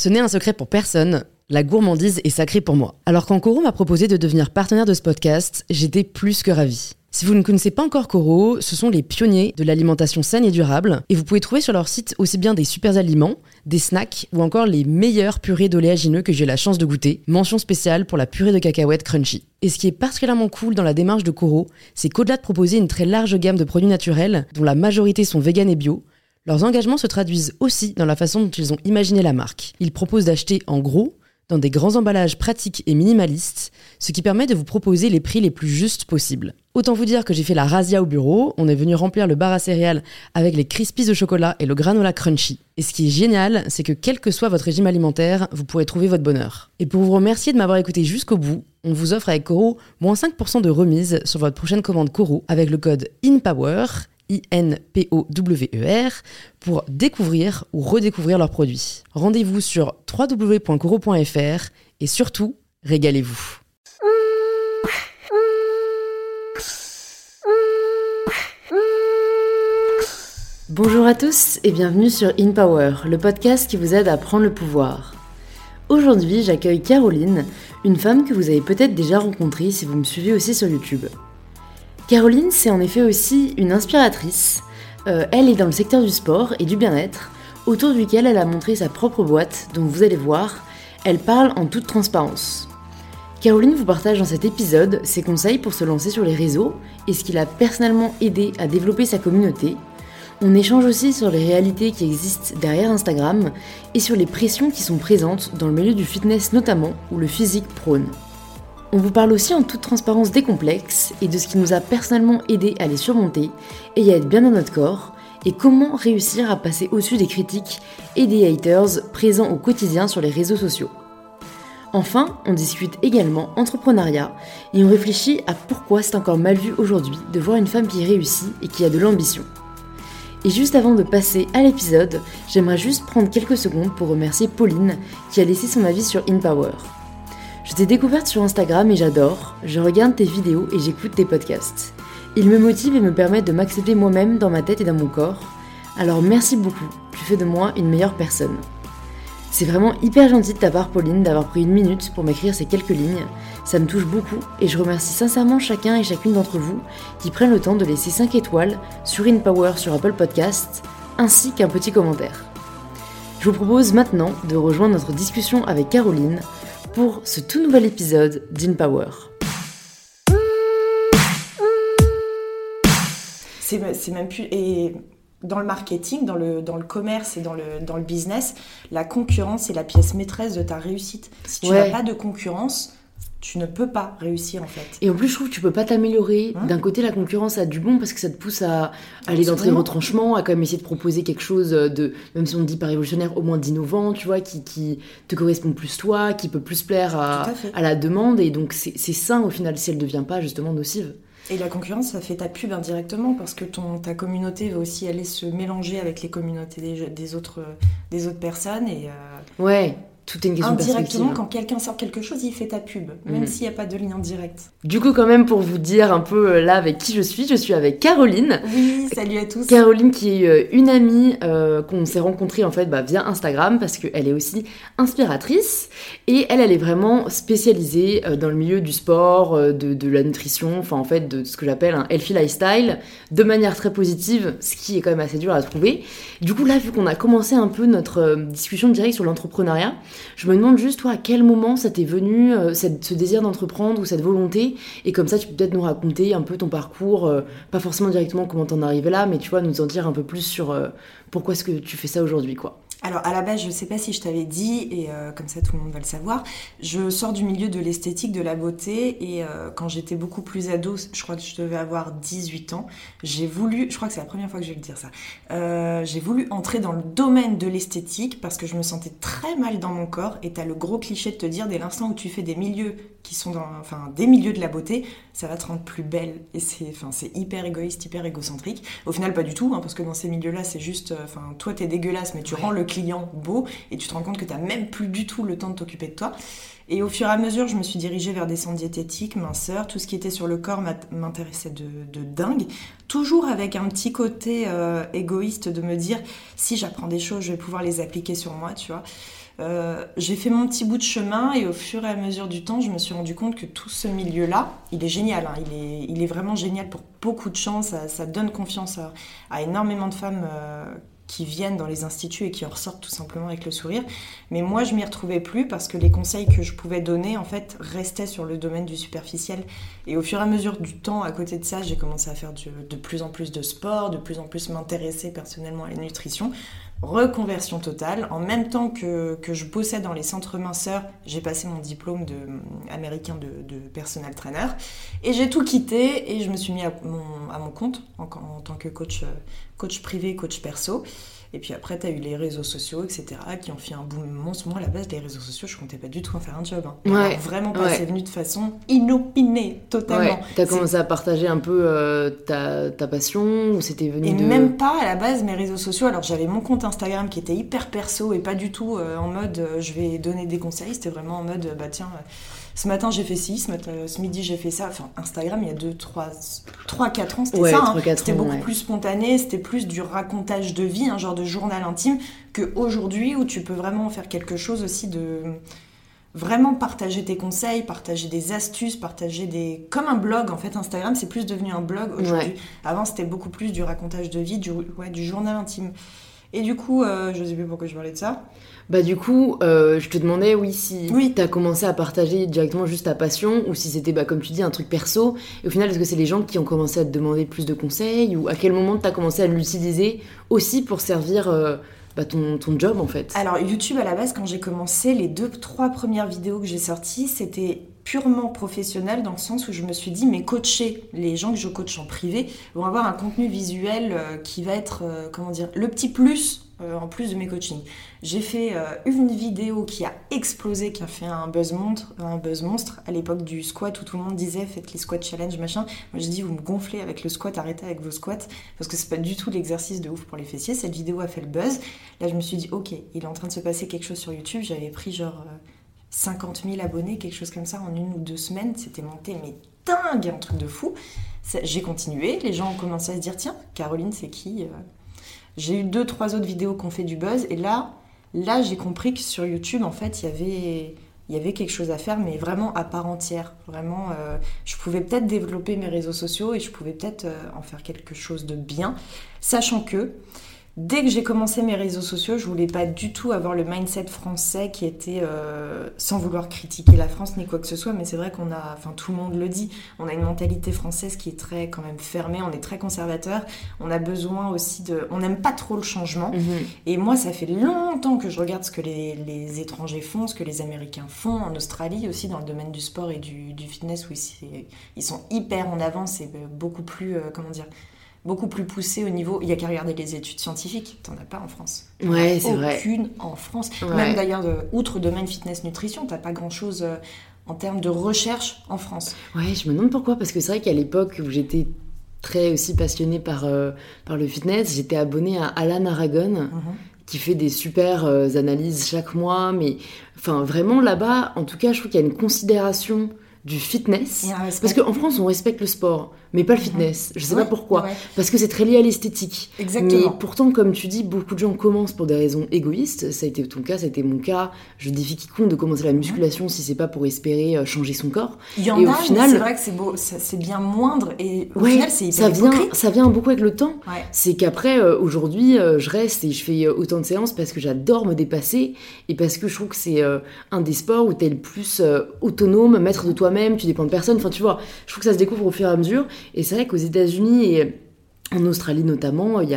Ce n'est un secret pour personne, la gourmandise est sacrée pour moi. Alors quand Koro m'a proposé de devenir partenaire de ce podcast, j'étais plus que ravie. Si vous ne connaissez pas encore Koro, ce sont les pionniers de l'alimentation saine et durable, et vous pouvez trouver sur leur site aussi bien des super aliments, des snacks ou encore les meilleures purées d'oléagineux que j'ai eu la chance de goûter. Mention spéciale pour la purée de cacahuètes crunchy. Et ce qui est particulièrement cool dans la démarche de Koro, c'est qu'au-delà de proposer une très large gamme de produits naturels, dont la majorité sont véganes et bio, leurs engagements se traduisent aussi dans la façon dont ils ont imaginé la marque. Ils proposent d'acheter en gros, dans des grands emballages pratiques et minimalistes, ce qui permet de vous proposer les prix les plus justes possibles. Autant vous dire que j'ai fait la razzia au bureau, on est venu remplir le bar à céréales avec les Crispies au chocolat et le granola crunchy. Et ce qui est génial, c'est que quel que soit votre régime alimentaire, vous pourrez trouver votre bonheur. Et pour vous remercier de m'avoir écouté jusqu'au bout, on vous offre avec Koro moins 5% de remise sur votre prochaine commande Koro avec le code INPOWER, INPOWER, pour découvrir ou redécouvrir leurs produits. Rendez-vous sur www.koro.fr et surtout, régalez-vous. Bonjour à tous et bienvenue sur InPower, le podcast qui vous aide à prendre le pouvoir. Aujourd'hui, j'accueille Caroline, une femme que vous avez peut-être déjà rencontrée si vous me suivez aussi sur YouTube. Caroline, c'est en effet aussi une inspiratrice. Elle est dans le secteur du sport et du bien-être, autour duquel elle a montré sa propre boîte, dont vous allez voir, elle parle en toute transparence. Caroline vous partage dans cet épisode ses conseils pour se lancer sur les réseaux et ce qui l'a personnellement aidé à développer sa communauté. On échange aussi sur les réalités qui existent derrière Instagram et sur les pressions qui sont présentes dans le milieu du fitness notamment, où le physique prône. On vous parle aussi en toute transparence des complexes et de ce qui nous a personnellement aidé à les surmonter et à être bien dans notre corps, et comment réussir à passer au-dessus des critiques et des haters présents au quotidien sur les réseaux sociaux. Enfin, on discute également entrepreneuriat et on réfléchit à pourquoi c'est encore mal vu aujourd'hui de voir une femme qui réussit et qui a de l'ambition. Et juste avant de passer à l'épisode, j'aimerais juste prendre quelques secondes pour remercier Pauline qui a laissé son avis sur InPower. Je t'ai découverte sur Instagram et j'adore, je regarde tes vidéos et j'écoute tes podcasts. Ils me motivent et me permettent de m'accepter moi-même dans ma tête et dans mon corps. Alors merci beaucoup, tu fais de moi une meilleure personne. C'est vraiment hyper gentil de ta part Pauline d'avoir pris 1 minute pour m'écrire ces quelques lignes. Ça me touche beaucoup et je remercie sincèrement chacun et chacune d'entre vous qui prennent le temps de laisser 5 étoiles sur InPower sur Apple Podcasts, ainsi qu'un petit commentaire. Je vous propose maintenant de rejoindre notre discussion avec Caroline pour ce tout nouvel épisode d'InPower. C'est même plus... Et dans le marketing, dans le commerce et dans le business, la concurrence est la pièce maîtresse de ta réussite. Si tu n'as pas de concurrence, tu ne peux pas réussir en fait. Et en plus, je trouve que tu peux pas t'améliorer. D'un côté, la concurrence a du bon parce que ça te pousse à aller dans tes retranchements, à quand même essayer de proposer quelque chose de, même si on dit pas révolutionnaire, au moins d'innovant, tu vois, qui te correspond plus toi, qui peut plus plaire à la demande. Et donc, c'est sain au final si elle ne devient pas justement nocive. Et la concurrence, ça fait ta pub indirectement parce que ta communauté va aussi aller se mélanger avec les communautés des autres personnes. Et, ouais. Tout est une question de perspective. Indirectement, quand quelqu'un sort quelque chose, il fait ta pub, même s'il n'y a pas de lien direct. Du coup, quand même, pour vous dire un peu là avec qui je suis avec Caroline. Oui, salut à tous. Caroline qui est une amie qu'on s'est rencontrée en fait via Instagram parce qu'elle est aussi inspiratrice et elle est vraiment spécialisée dans le milieu du sport, de la nutrition, enfin en fait de ce que j'appelle un healthy lifestyle de manière très positive, ce qui est quand même assez dur à trouver. Du coup là, vu qu'on a commencé un peu notre discussion directe sur l'entrepreneuriat, je me demande juste, toi, à quel moment ça t'est venu, ce désir d'entreprendre ou cette volonté, et comme ça, tu peux peut-être nous raconter un peu ton parcours, pas forcément directement comment t'en es arrivé là, mais tu vois, nous en dire un peu plus sur pourquoi est-ce que tu fais ça aujourd'hui, quoi. Alors à la base, je sais pas si je t'avais dit, et comme ça tout le monde va le savoir, je sors du milieu de l'esthétique, de la beauté, et quand j'étais beaucoup plus ado, je crois que je devais avoir 18 ans, j'ai voulu, je crois que c'est la première fois que je vais le dire ça, j'ai voulu entrer dans le domaine de l'esthétique parce que je me sentais très mal dans mon corps, et t'as le gros cliché de te dire, dès l'instant où tu fais des milieux qui sont des milieux de la beauté, ça va te rendre plus belle, et c'est hyper égoïste, hyper égocentrique. Au final, pas du tout, parce que dans ces milieux-là, c'est juste, toi t'es dégueulasse, mais tu rends le client beau, et tu te rends compte que t'as même plus du tout le temps de t'occuper de toi. Et au fur et à mesure, je me suis dirigée vers des centres diététiques, minceur, tout ce qui était sur le corps m'intéressait de dingue, toujours avec un petit côté égoïste de me dire, si j'apprends des choses, je vais pouvoir les appliquer sur moi, tu vois. J'ai fait mon petit bout de chemin et au fur et à mesure du temps, je me suis rendu compte que tout ce milieu-là, il est génial, hein, il est vraiment génial pour beaucoup de gens, ça donne confiance à énormément de femmes qui viennent dans les instituts et qui en ressortent tout simplement avec le sourire. Mais moi, je m'y retrouvais plus parce que les conseils que je pouvais donner, en fait, restaient sur le domaine du superficiel. Et au fur et à mesure du temps, à côté de ça, j'ai commencé à faire de plus en plus de sport, de plus en plus m'intéresser personnellement à la nutrition. Reconversion totale. En même temps que je bossais dans les centres minceurs, j'ai passé mon diplôme américain de personal trainer. Et j'ai tout quitté et je me suis mis à mon compte en tant que coach privé, coach perso. Et puis après, tu as eu les réseaux sociaux, etc., qui ont fait un boom monstre. Moi, à la base, les réseaux sociaux, je comptais pas du tout en faire un job. Hein. Ouais, alors, vraiment pas, c'est venu de façon inopinée, totalement. Ouais, t'as commencé à partager un peu ta passion, ou c'était venu de... Même pas, à la base, mes réseaux sociaux. Alors, j'avais mon compte Instagram qui était hyper perso et pas du tout en mode je vais donner des conseils. C'était vraiment en mode, tiens... Ce matin, j'ai fait ci, ce midi, j'ai fait ça. Enfin, Instagram, il y a 3-4 ans, c'était ça. Hein. C'était beaucoup plus spontané, c'était plus du racontage de vie, un genre de journal intime, qu'aujourd'hui, où tu peux vraiment faire quelque chose aussi de... Vraiment partager tes conseils, partager des astuces, comme un blog. En fait, Instagram, c'est plus devenu un blog aujourd'hui. Ouais. Avant, c'était beaucoup plus du racontage de vie, du journal intime. Et du coup, je sais plus pourquoi je parlais de ça. Bah du coup, je te demandais si t'as commencé à partager directement juste ta passion ou si c'était, comme tu dis, un truc perso. Et au final, est-ce que c'est les gens qui ont commencé à te demander plus de conseils ou à quel moment t'as commencé à l'utiliser aussi pour servir ton job en fait? Alors YouTube, à la base, quand j'ai commencé, les 2-3 premières vidéos que j'ai sorties, c'était purement professionnel dans le sens où je me suis dit, mais coacher, les gens que je coach en privé vont avoir un contenu visuel qui va être, le petit plus en plus de mes coachings. J'ai fait une vidéo qui a explosé, qui a fait un buzz monstre à l'époque du squat où tout le monde disait faites les squats challenge machin. Moi j'ai dit vous me gonflez avec le squat, arrêtez avec vos squats parce que c'est pas du tout l'exercice de ouf pour les fessiers. Cette vidéo a fait le buzz. Là je me suis dit ok, il est en train de se passer quelque chose sur YouTube. J'avais pris 50 000 abonnés, quelque chose comme ça, en 1 ou 2 semaines. C'était monté, mais dingue, un truc de fou. J'ai continué, les gens ont commencé à se dire tiens, Caroline c'est qui J'ai eu 2-3 autres vidéos qui ont fait du buzz et là j'ai compris que sur YouTube en fait il y avait quelque chose à faire, mais vraiment à part entière. Vraiment, je pouvais peut-être développer mes réseaux sociaux et je pouvais peut-être en faire quelque chose de bien, sachant que dès que j'ai commencé mes réseaux sociaux, je voulais pas du tout avoir le mindset français qui était, sans vouloir critiquer la France ni quoi que ce soit, mais c'est vrai qu'on a, tout le monde le dit, on a une mentalité française qui est très quand même fermée, on est très conservateur, on a besoin aussi on n'aime pas trop le changement. Et moi ça fait longtemps que je regarde ce que les étrangers font, ce que les Américains font, en Australie aussi dans le domaine du sport et du fitness où ils sont hyper en avance et beaucoup plus, beaucoup plus poussé au niveau... Il n'y a qu'à regarder les études scientifiques. T'en as pas en France. Ouais, c'est vrai. Aucune en France. Ouais. Même d'ailleurs, outre domaine fitness-nutrition, t'as pas grand-chose en termes de recherche en France. Ouais, je me demande pourquoi. Parce que c'est vrai qu'à l'époque où j'étais très aussi passionnée par le fitness, j'étais abonnée à Alan Aragon, qui fait des super analyses chaque mois. Mais vraiment là-bas, en tout cas, je trouve qu'il y a une considération du fitness. Parce qu'en France, on respecte le sport, mais pas le fitness. Je sais pas pourquoi. Parce que c'est très lié à l'esthétique. Exactement. Mais pourtant, comme tu dis, beaucoup de gens commencent pour des raisons égoïstes. Ça a été ton cas, ça a été mon cas. Je défie quiconque de commencer la musculation si c'est pas pour espérer changer son corps. Il y en a, au final, c'est vrai que c'est beau, c'est bien moindre. Et au final, c'est hyper hypocrite. Ça vient beaucoup avec le temps. Ouais. C'est qu'après, aujourd'hui, je reste et je fais autant de séances parce que j'adore me dépasser et parce que je trouve que c'est un des sports où t'es le plus autonome, maître de toi-même, tu dépends de personne. Enfin, tu vois, je trouve que ça se découvre au fur et à mesure. Et c'est vrai qu'aux États-Unis et en Australie notamment, il y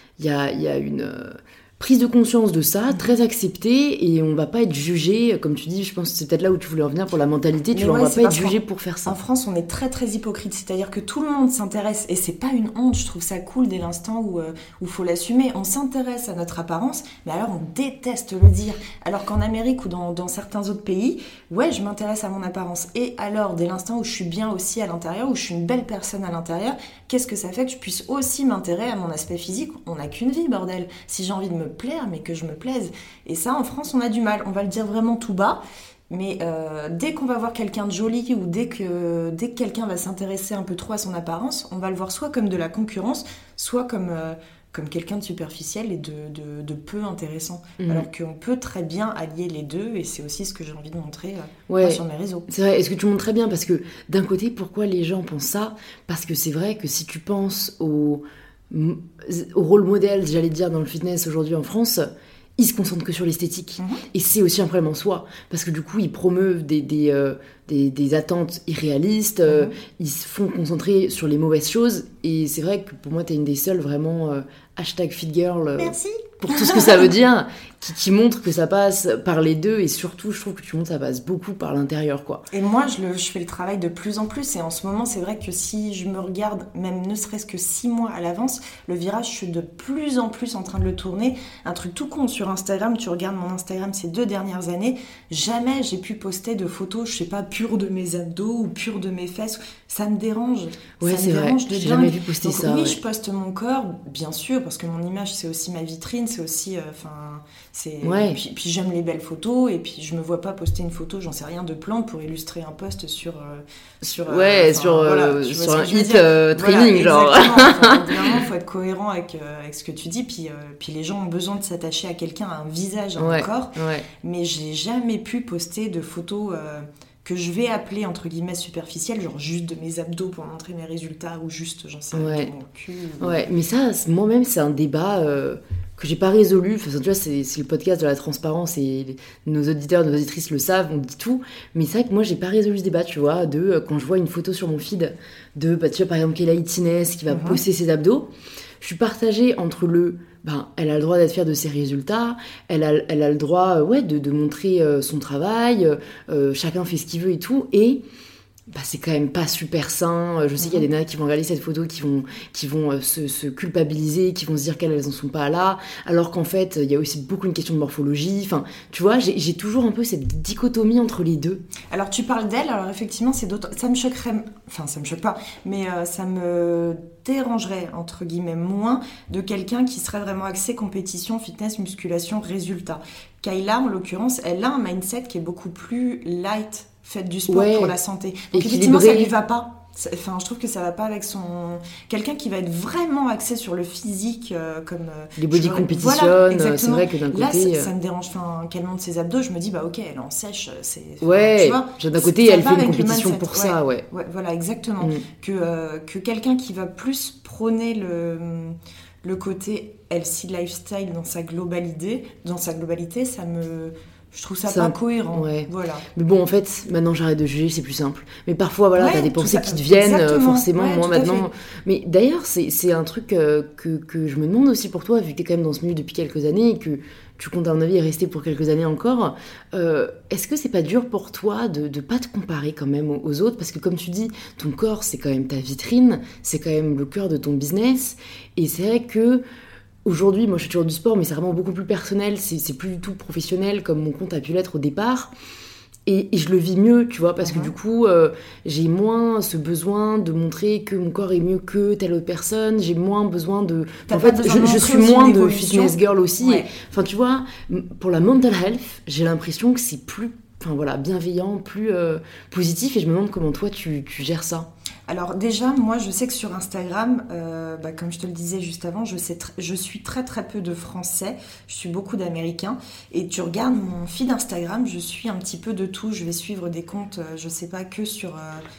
a une prise de conscience de ça, très acceptée, et on va pas être jugé, comme tu dis, je pense que c'est peut-être là où tu voulais en venir pour la mentalité, on va pas être jugé pour faire ça. En France, on est très très hypocrite, c'est-à-dire que tout le monde s'intéresse, et c'est pas une honte, je trouve ça cool dès l'instant où faut l'assumer, on s'intéresse à notre apparence, mais alors on déteste le dire, alors qu'en Amérique ou dans certains autres pays, ouais, je m'intéresse à mon apparence, et alors dès l'instant où je suis bien aussi à l'intérieur, où je suis une belle personne à l'intérieur, qu'est-ce que ça fait que je puisse aussi m'intéresser à mon aspect physique? On n'a qu'une vie, bordel. Si j'ai envie de me plaire, mais que je me plaise. Et ça, en France, on a du mal. On va le dire vraiment tout bas. Mais dès qu'on va voir quelqu'un de joli ou dès que quelqu'un va s'intéresser un peu trop à son apparence, on va le voir soit comme de la concurrence, soit comme comme quelqu'un de superficiel et de peu intéressant. Alors qu'on peut très bien allier les deux, et c'est aussi ce que j'ai envie de montrer sur mes réseaux. C'est vrai, est-ce que tu montres très bien, parce que d'un côté, pourquoi les gens pensent ça ? Parce que c'est vrai que si tu penses au rôle modèle, j'allais dire, dans le fitness aujourd'hui en France, ils se concentrent que sur l'esthétique. Et c'est aussi un problème en soi, parce que du coup, ils promeuvent des attentes irréalistes, ils se font concentrer sur les mauvaises choses, et c'est vrai que pour moi, t'es une des seules vraiment #fitgirl. Merci. Pour tout ce que ça veut dire, qui montre que ça passe par les deux, et surtout, je trouve que tu montres que ça passe beaucoup par l'intérieur, quoi. Et moi, je fais le travail de plus en plus, et en ce moment, c'est vrai que si je me regarde, même ne serait-ce que 6 mois à l'avance, le virage, je suis de plus en plus en train de le tourner. Un truc tout con sur Instagram, tu regardes mon Instagram ces 2 dernières années, jamais j'ai pu poster de photos, je sais pas, pures de mes abdos ou pures de mes fesses. Ça me dérange. Ouais, ça me dérange de j'ai dingue. jamais vu poster Donc, ça. oui, ouais. je poste mon corps, bien sûr, parce que mon image, c'est aussi ma vitrine, c'est aussi... Ouais. Puis j'aime les belles photos, et puis je me vois pas poster une photo, j'en sais rien, de plante pour illustrer un post sur un hit training, voilà, genre. Exactement. Vraiment, il faut être cohérent avec ce que tu dis, puis les gens ont besoin de s'attacher à quelqu'un, à un visage, à un corps, mais j'ai jamais pu poster de photos que je vais appeler entre guillemets superficielles, genre juste de mes abdos pour montrer mes résultats, ou juste, j'en sais rien, de mon cul. Ouais, mais ça, moi-même, c'est un débat que j'ai pas résolu. Enfin, tu vois, c'est le podcast de la transparence, et nos auditeurs, nos auditrices le savent, on dit tout. Mais c'est vrai que moi, j'ai pas résolu ce débat, tu vois, quand je vois une photo sur mon feed de, tu vois, par exemple, Kayla Itines qui va poster ses abdos. Je suis partagée entre elle a le droit d'être fière de ses résultats, elle a le droit de montrer son travail, chacun fait ce qu'il veut et tout, et c'est quand même pas super sain. Je sais qu'il y a des nanas qui vont regarder cette photo, qui vont se culpabiliser, qui vont se dire qu'elles en sont pas là, alors qu'en fait il y a aussi beaucoup une question de morphologie. Enfin, tu vois, j'ai toujours un peu cette dichotomie entre les deux. Alors tu parles d'elle, alors effectivement c'est d'autres... Ça me choquerait, enfin ça me choque pas, mais ça me dérangerait entre guillemets moins de quelqu'un qui serait vraiment axé compétition, fitness, musculation, résultat. Kayla en l'occurrence, elle a un mindset qui est beaucoup plus light, fait du sport pour la santé. Donc effectivement ça lui va pas. Enfin, je trouve que ça va pas avec son... Quelqu'un qui va être vraiment axé sur le physique, comme... les body competition, c'est vrai que d'un côté... Là, ça me dérange, qu'elle monte ses abdos, je me dis, ok, elle est en sèche, c'est... tu vois, d'un côté, elle fait une compétition pour ça, voilà, exactement. Que quelqu'un qui va plus prôner le côté healthy lifestyle dans sa globalité, je trouve ça pas cohérent. Voilà. Mais bon, en fait, maintenant j'arrête de juger, c'est plus simple. Mais parfois, voilà, t'as des pensées qui te viennent, forcément, moi maintenant. Mais d'ailleurs, c'est un truc que je me demande aussi pour toi, vu que t'es quand même dans ce milieu depuis quelques années et que tu comptes, à mon avis, rester pour quelques années encore. Est-ce que c'est pas dur pour toi de pas te comparer quand même aux autres ? Parce que comme tu dis, ton corps, c'est quand même ta vitrine, c'est quand même le cœur de ton business. Et c'est vrai que aujourd'hui, moi je fais toujours du sport, mais c'est vraiment beaucoup plus personnel, c'est plus du tout professionnel comme mon compte a pu l'être au départ. Et je le vis mieux, tu vois, parce que du coup, j'ai moins ce besoin de montrer que mon corps est mieux que telle autre personne, j'ai moins besoin de... En fait, je suis moins de fitness girl aussi. Enfin, tu vois, pour la mental health, j'ai l'impression que c'est plus bienveillant, plus positif, et je me demande comment toi tu gères ça. Alors déjà, moi je sais que sur Instagram, comme je te le disais juste avant, je suis très très peu de Français, je suis beaucoup d'Américains, et tu regardes mon feed Instagram, je suis un petit peu de tout, je vais suivre des comptes, je sais pas, que sur...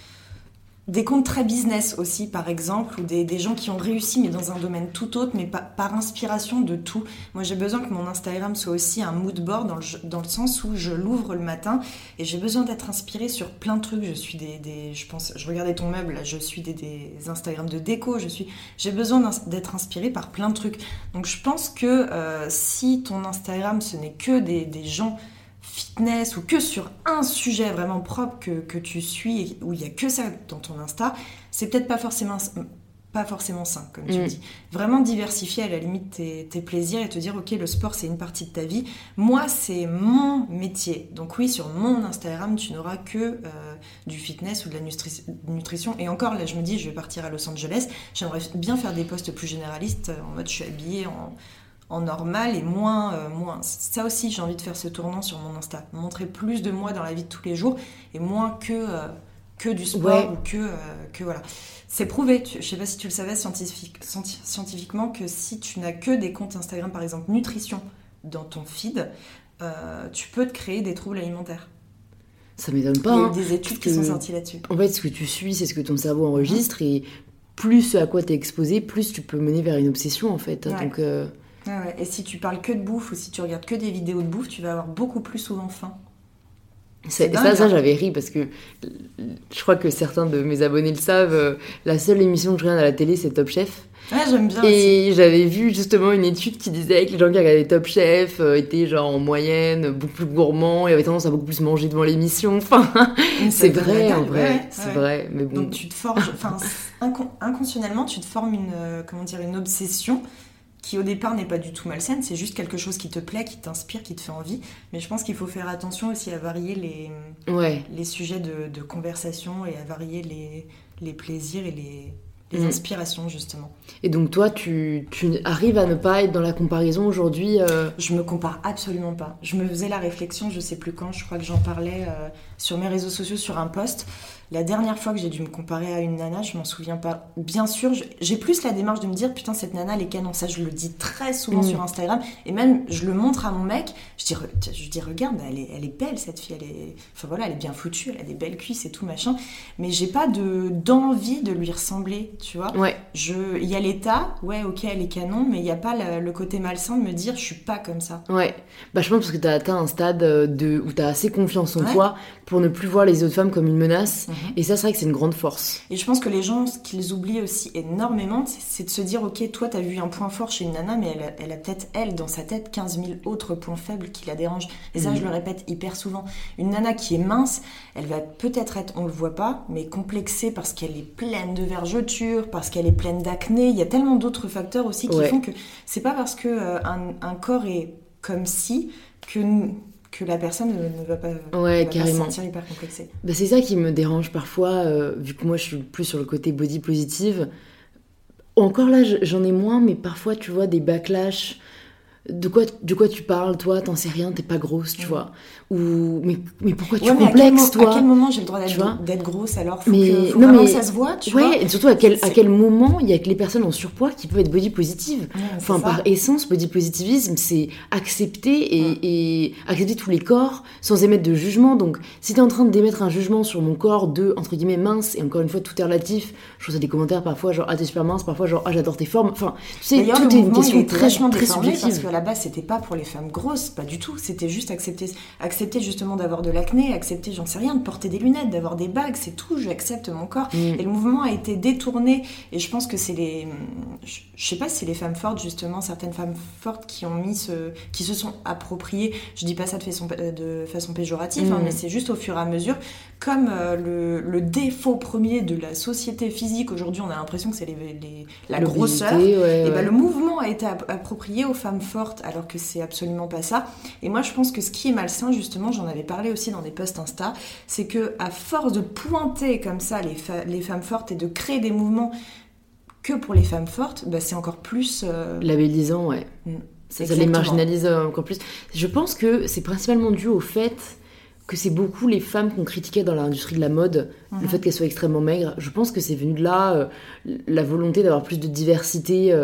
des comptes très business aussi, par exemple, ou des gens qui ont réussi, mais dans un domaine tout autre, mais par inspiration de tout. Moi, j'ai besoin que mon Instagram soit aussi un mood board, dans le sens où je l'ouvre le matin, et j'ai besoin d'être inspirée sur plein de trucs. Je suis je regardais ton meuble, là, je suis des Instagram de déco, j'ai besoin d'être inspirée par plein de trucs. Donc, je pense que si ton Instagram, ce n'est que des gens fitness, ou que sur un sujet vraiment propre que tu suis, où il n'y a que ça dans ton Insta, c'est peut-être pas forcément sain, comme tu dis. Vraiment diversifier à la limite tes plaisirs, et te dire, ok, le sport c'est une partie de ta vie. Moi, c'est mon métier. Donc oui, sur mon Instagram, tu n'auras que du fitness ou de la nutrition. Et encore, là, je me dis, je vais partir à Los Angeles. J'aimerais bien faire des posts plus généralistes, en mode je suis habillée en normal, et moins. Ça aussi, j'ai envie de faire ce tournant sur mon Insta. Montrer plus de moi dans la vie de tous les jours, et moins que que du sport ou que voilà. C'est prouvé, je sais pas si tu le savais scientifiquement, que si tu n'as que des comptes Instagram, par exemple nutrition, dans ton feed, tu peux te créer des troubles alimentaires. Ça m'étonne pas. Il y a eu des études qui sont sorties là-dessus. En fait, ce que tu suis, c'est ce que ton cerveau enregistre, et plus ce à quoi t'es exposé, plus tu peux mener vers une obsession, en fait. Ouais. Donc, ouais. Et si tu parles que de bouffe ou si tu regardes que des vidéos de bouffe, tu vas avoir beaucoup plus souvent faim. ça, j'avais ri parce que je crois que certains de mes abonnés le savent. La seule émission que je regarde à la télé, c'est Top Chef. Ouais, j'aime bien Et aussi. j'avais vu justement une étude qui disait que les gens qui regardaient Top Chef étaient genre en moyenne beaucoup plus gourmands et avaient tendance à beaucoup plus manger devant l'émission. Enfin, c'est vrai en vrai, c'est vrai. Mais bon. Donc tu te forges, inconsciemment, tu te formes une obsession qui au départ n'est pas du tout malsaine, c'est juste quelque chose qui te plaît, qui t'inspire, qui te fait envie. Mais je pense qu'il faut faire attention aussi à varier les sujets de conversation et à varier les plaisirs et les inspirations, justement. Et donc toi, tu arrives à ne pas être dans la comparaison aujourd'hui Je me compare absolument pas. Je me faisais la réflexion, je sais plus quand, je crois que j'en parlais sur mes réseaux sociaux, sur un post. La dernière fois que j'ai dû me comparer à une nana, je m'en souviens pas. Bien sûr, j'ai plus la démarche de me dire, putain, cette nana, elle est canon. Ça, je le dis très souvent sur Instagram. Et même, je le montre à mon mec. Je dis regarde, elle est belle, cette fille. Elle est bien foutue, elle a des belles cuisses et tout, machin. Mais j'ai pas d'envie de lui ressembler, tu vois. Ouais. Il y a l'état, ouais, ok, elle est canon, mais il y a pas le côté malsain de me dire, je suis pas comme ça. Ouais. Bah, je pense parce que t'as atteint un stade où t'as assez confiance en toi pour ne plus voir les autres femmes comme une menace. Et ça, c'est vrai que c'est une grande force. Et je pense que les gens, ce qu'ils oublient aussi énormément, c'est de se dire, ok, toi, t'as vu un point fort chez une nana, mais elle a peut-être, dans sa tête, 15 000 autres points faibles qui la dérangent. Et ça, je le répète hyper souvent. Une nana qui est mince, elle va peut-être être, on le voit pas, mais complexée parce qu'elle est pleine de vergetures, parce qu'elle est pleine d'acné. Il y a tellement d'autres facteurs aussi qui font que c'est pas parce que un corps est comme si que la personne ne va pas, pas se sentir hyper complexée. Bah, c'est ça qui me dérange parfois, vu que moi je suis plus sur le côté body positive. Encore là, j'en ai moins, mais parfois tu vois des backlash. De quoi tu parles, toi, t'en sais rien, t'es pas grosse, tu vois. Ou mais pourquoi tu complexes, toi? À quel moment j'ai le droit d'être grosse alors? Faut que ça se voit, tu vois. Ouais, et surtout à quel moment il y a que les personnes en surpoids qui peuvent être body positives. Ouais, par essence, body positivisme, c'est accepter et accepter tous les corps sans émettre de jugement. Donc, si t'es en train d'émettre un jugement sur mon corps de, entre guillemets, mince, et encore une fois, tout est relatif, je reçois des commentaires parfois genre, ah, t'es super mince, parfois genre, ah, j'adore tes formes. Enfin, tu sais, d'ailleurs, tout est une question très très subjective. Parce qu'à la base, c'était pas pour les femmes grosses, pas du tout. C'était juste accepter justement d'avoir de l'acné, accepter, j'en sais rien, de porter des lunettes, d'avoir des bagues, c'est tout, j'accepte mon corps. Et le mouvement a été détourné, et je pense que c'est je sais pas si c'est les femmes fortes, justement, certaines femmes fortes qui se sont appropriées, je dis pas ça de façon péjorative, mais c'est juste au fur et à mesure, comme le défaut premier de la société physique, aujourd'hui on a l'impression que c'est la grosseur, et ben, le mouvement a été approprié aux femmes fortes, alors que c'est absolument pas ça. Et moi je pense que ce qui est malsain, justement, j'en avais parlé aussi dans des posts Insta, c'est que à force de pointer comme ça les femmes fortes et de créer des mouvements que pour les femmes fortes, bah, c'est encore plus labellisant, ouais. Ça les marginalise encore plus. Je pense que c'est principalement dû au fait que c'est beaucoup les femmes qu'on critiquait dans l'industrie de la mode, le fait qu'elles soient extrêmement maigres. Je pense que c'est venu de là, la volonté d'avoir plus de diversité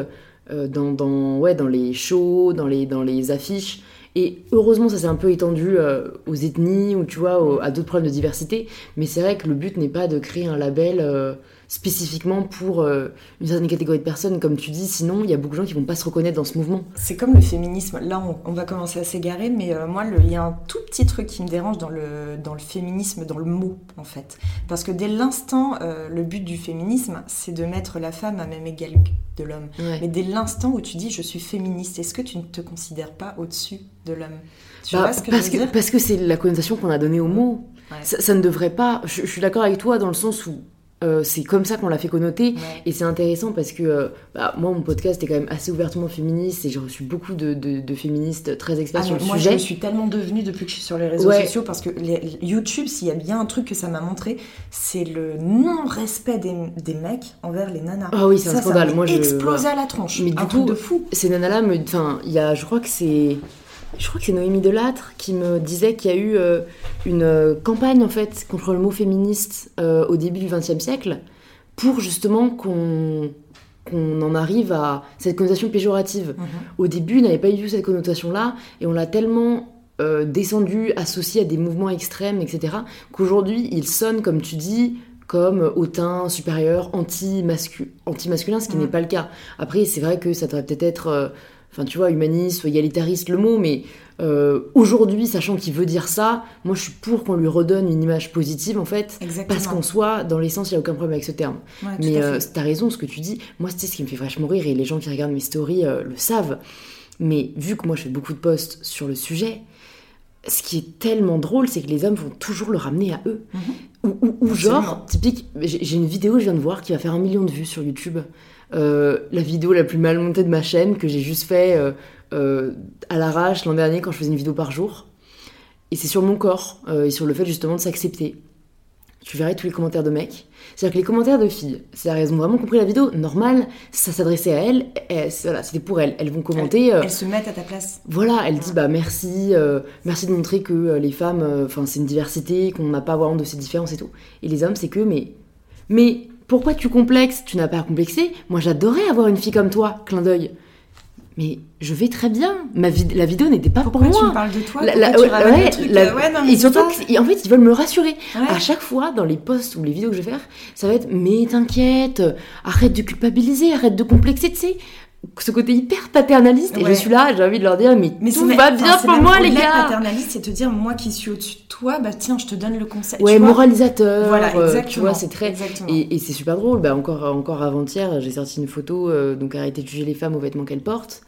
dans les shows, dans les affiches. Et heureusement, ça s'est un peu étendu aux ethnies ou tu vois, à d'autres problèmes de diversité. Mais c'est vrai que le but n'est pas de créer un label spécifiquement pour une certaine catégorie de personnes, comme tu dis. Sinon, il y a beaucoup de gens qui vont pas se reconnaître dans ce mouvement. C'est comme le féminisme. Là, on va commencer à s'égarer, mais moi, il y a un tout petit truc qui me dérange dans le féminisme, dans le mot, en fait. Parce que dès l'instant, le but du féminisme, c'est de mettre la femme à même égal de l'homme. Ouais. Mais dès l'instant où tu dis « je suis féministe », est-ce que tu ne te considères pas au-dessus de l'homme? Tu vois ce que je veux dire ? Parce que c'est la connotation qu'on a donnée au mot. Ouais. Ça ne devrait pas... Je suis d'accord avec toi dans le sens où c'est comme ça qu'on l'a fait connoter, et c'est intéressant parce que moi mon podcast est quand même assez ouvertement féministe et j'ai reçu beaucoup de féministes très experts sur le sujet. Moi je suis tellement devenue depuis que je suis sur les réseaux sociaux, parce que YouTube, s'il y a bien un truc que ça m'a montré, c'est le non-respect des mecs envers les nanas. Ah oui, c'est un scandale. Moi, explosé à la tronche. Mais du coup, de fou. Ces nanas-là, je crois que c'est Noémie Delattre qui me disait qu'il y a eu campagne en fait contre le mot féministe au début du XXe siècle pour justement qu'on en arrive à cette connotation péjorative. Au début, il n'avait pas eu cette connotation-là, et on l'a tellement descendu, associé à des mouvements extrêmes, etc., qu'aujourd'hui, il sonne, comme tu dis, comme hautain, supérieur, anti-masculin, ce qui n'est pas le cas. Après, c'est vrai que ça devrait peut-être être, tu vois, humaniste ou égalitariste, le mot, mais aujourd'hui, sachant qu'il veut dire ça, moi je suis pour qu'on lui redonne une image positive en fait. Exactement. Parce qu'en soi, dans l'essence, il n'y a aucun problème avec ce terme. Ouais, mais t'as raison, ce que tu dis, moi c'est ce qui me fait vachement rire, et les gens qui regardent mes stories le savent, mais vu que moi je fais beaucoup de posts sur le sujet, ce qui est tellement drôle, c'est que les hommes vont toujours le ramener à eux. Ou genre, typique, j'ai une vidéo que je viens de voir qui va faire 1 million de vues sur YouTube, la vidéo la plus mal montée de ma chaîne, que j'ai juste fait à l'arrache l'an dernier quand je faisais une vidéo par jour, et c'est sur mon corps et sur le fait justement de s'accepter. Tu verrais tous les commentaires de mecs, c'est-à-dire que les commentaires de filles, c'est-à-dire elles ont vraiment compris la vidéo, normal, ça s'adressait à elles, voilà, c'était pour elles, elles vont commenter, elles se mettent à ta place, voilà, elles disent merci de montrer que les femmes, c'est une diversité, qu'on n'a pas à avoir honte de ces différences et tout, et les hommes c'est que mais pourquoi tu complexes, tu n'as pas à complexer, moi j'adorais avoir une fille comme toi, clin d'œil. Mais je vais très bien. La vidéo n'était pas pour moi. Pourquoi tu me parles de toi? Tu ramènes le truc non, mais et surtout, en fait, ils veulent me le rassurer. Ouais. À chaque fois, dans les posts ou les vidéos que je vais faire, ça va être « Mais t'inquiète, arrête de culpabiliser, arrête de complexer, tu sais. » Ce côté hyper paternaliste. Et je suis là, j'ai envie de leur dire « Mais tout va bien pour moi, les gars !» Paternaliste, c'est te dire « Moi qui suis au-dessus de toi, bah tiens, je te donne le conseil. » Ouais, moralisateur. Voilà, exactement. Tu vois, c'est très... Et c'est super drôle. Bah, encore avant-hier, j'ai sorti une photo, donc arrêtez de juger les femmes aux vêtements qu'elles portent.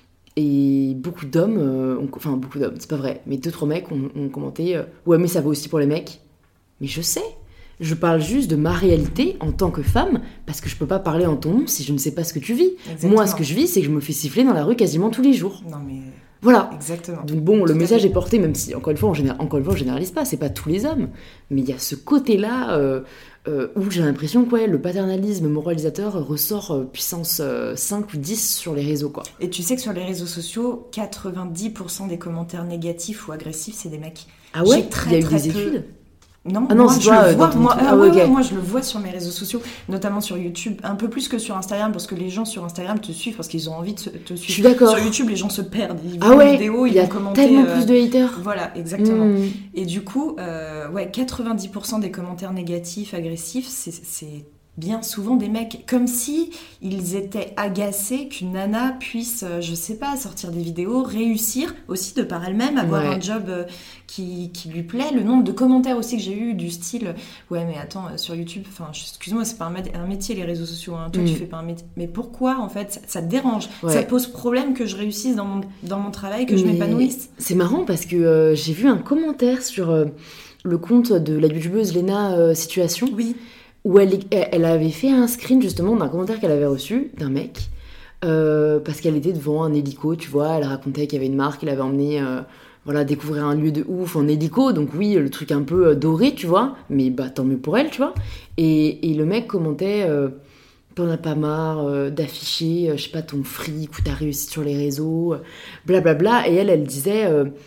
Et beaucoup d'hommes, beaucoup d'hommes, c'est pas vrai, mais 2-3 mecs ont commenté ouais, mais ça vaut aussi pour les mecs. Mais je sais, je parle juste de ma réalité en tant que femme, parce que je peux pas parler en ton nom si je ne sais pas ce que tu vis. Exactement. Moi, ce que je vis, c'est que je me fais siffler dans la rue quasiment tous les jours. Non mais... Voilà. Exactement. Donc bon, le message est porté, même si, encore une fois, on généralise pas, c'est pas tous les hommes, mais il y a ce côté-là où j'ai l'impression que le paternalisme moralisateur ressort puissance 5 ou 10 sur les réseaux, quoi. Et tu sais que sur les réseaux sociaux, 90% des commentaires négatifs ou agressifs, c'est des mecs. Ah ouais, il y a eu des études ? Non, ah non, moi, je le vois. Moi, je le vois sur mes réseaux sociaux, notamment sur YouTube, un peu plus que sur Instagram, parce que les gens sur Instagram te suivent parce qu'ils ont envie de te suivre. Je suis d'accord. Sur YouTube, les gens se perdent. Ils voient une vidéo, ils vont commenter. Il y a tellement plus de haters. Voilà, exactement. Et du coup, 90% des commentaires négatifs, agressifs, c'est bien souvent des mecs, comme si ils étaient agacés qu'une nana puisse, je sais pas, sortir des vidéos, réussir aussi de par elle-même, avoir un job qui lui plaît. Le nombre de commentaires aussi que j'ai eu du style ouais mais attends, sur YouTube, excuse-moi, c'est pas un métier les réseaux sociaux, hein. Toi tu fais pas un métier, mais pourquoi en fait ça te dérange, ça te pose problème que je réussisse dans mon travail, que je m'épanouisse. C'est marrant parce que j'ai vu un commentaire sur le compte de la youtubeuse Léna Situation. Oui. Où elle avait fait un screen justement d'un commentaire qu'elle avait reçu d'un mec parce qu'elle était devant un hélico, tu vois, elle racontait qu'il y avait une marque, elle avait emmené découvrir un lieu de ouf en hélico, donc oui, le truc un peu doré, tu vois, mais bah tant mieux pour elle, tu vois. Et le mec commentait t'en as pas marre d'afficher, je sais pas, ton fric ou ta réussite sur les réseaux, blablabla, et elle disait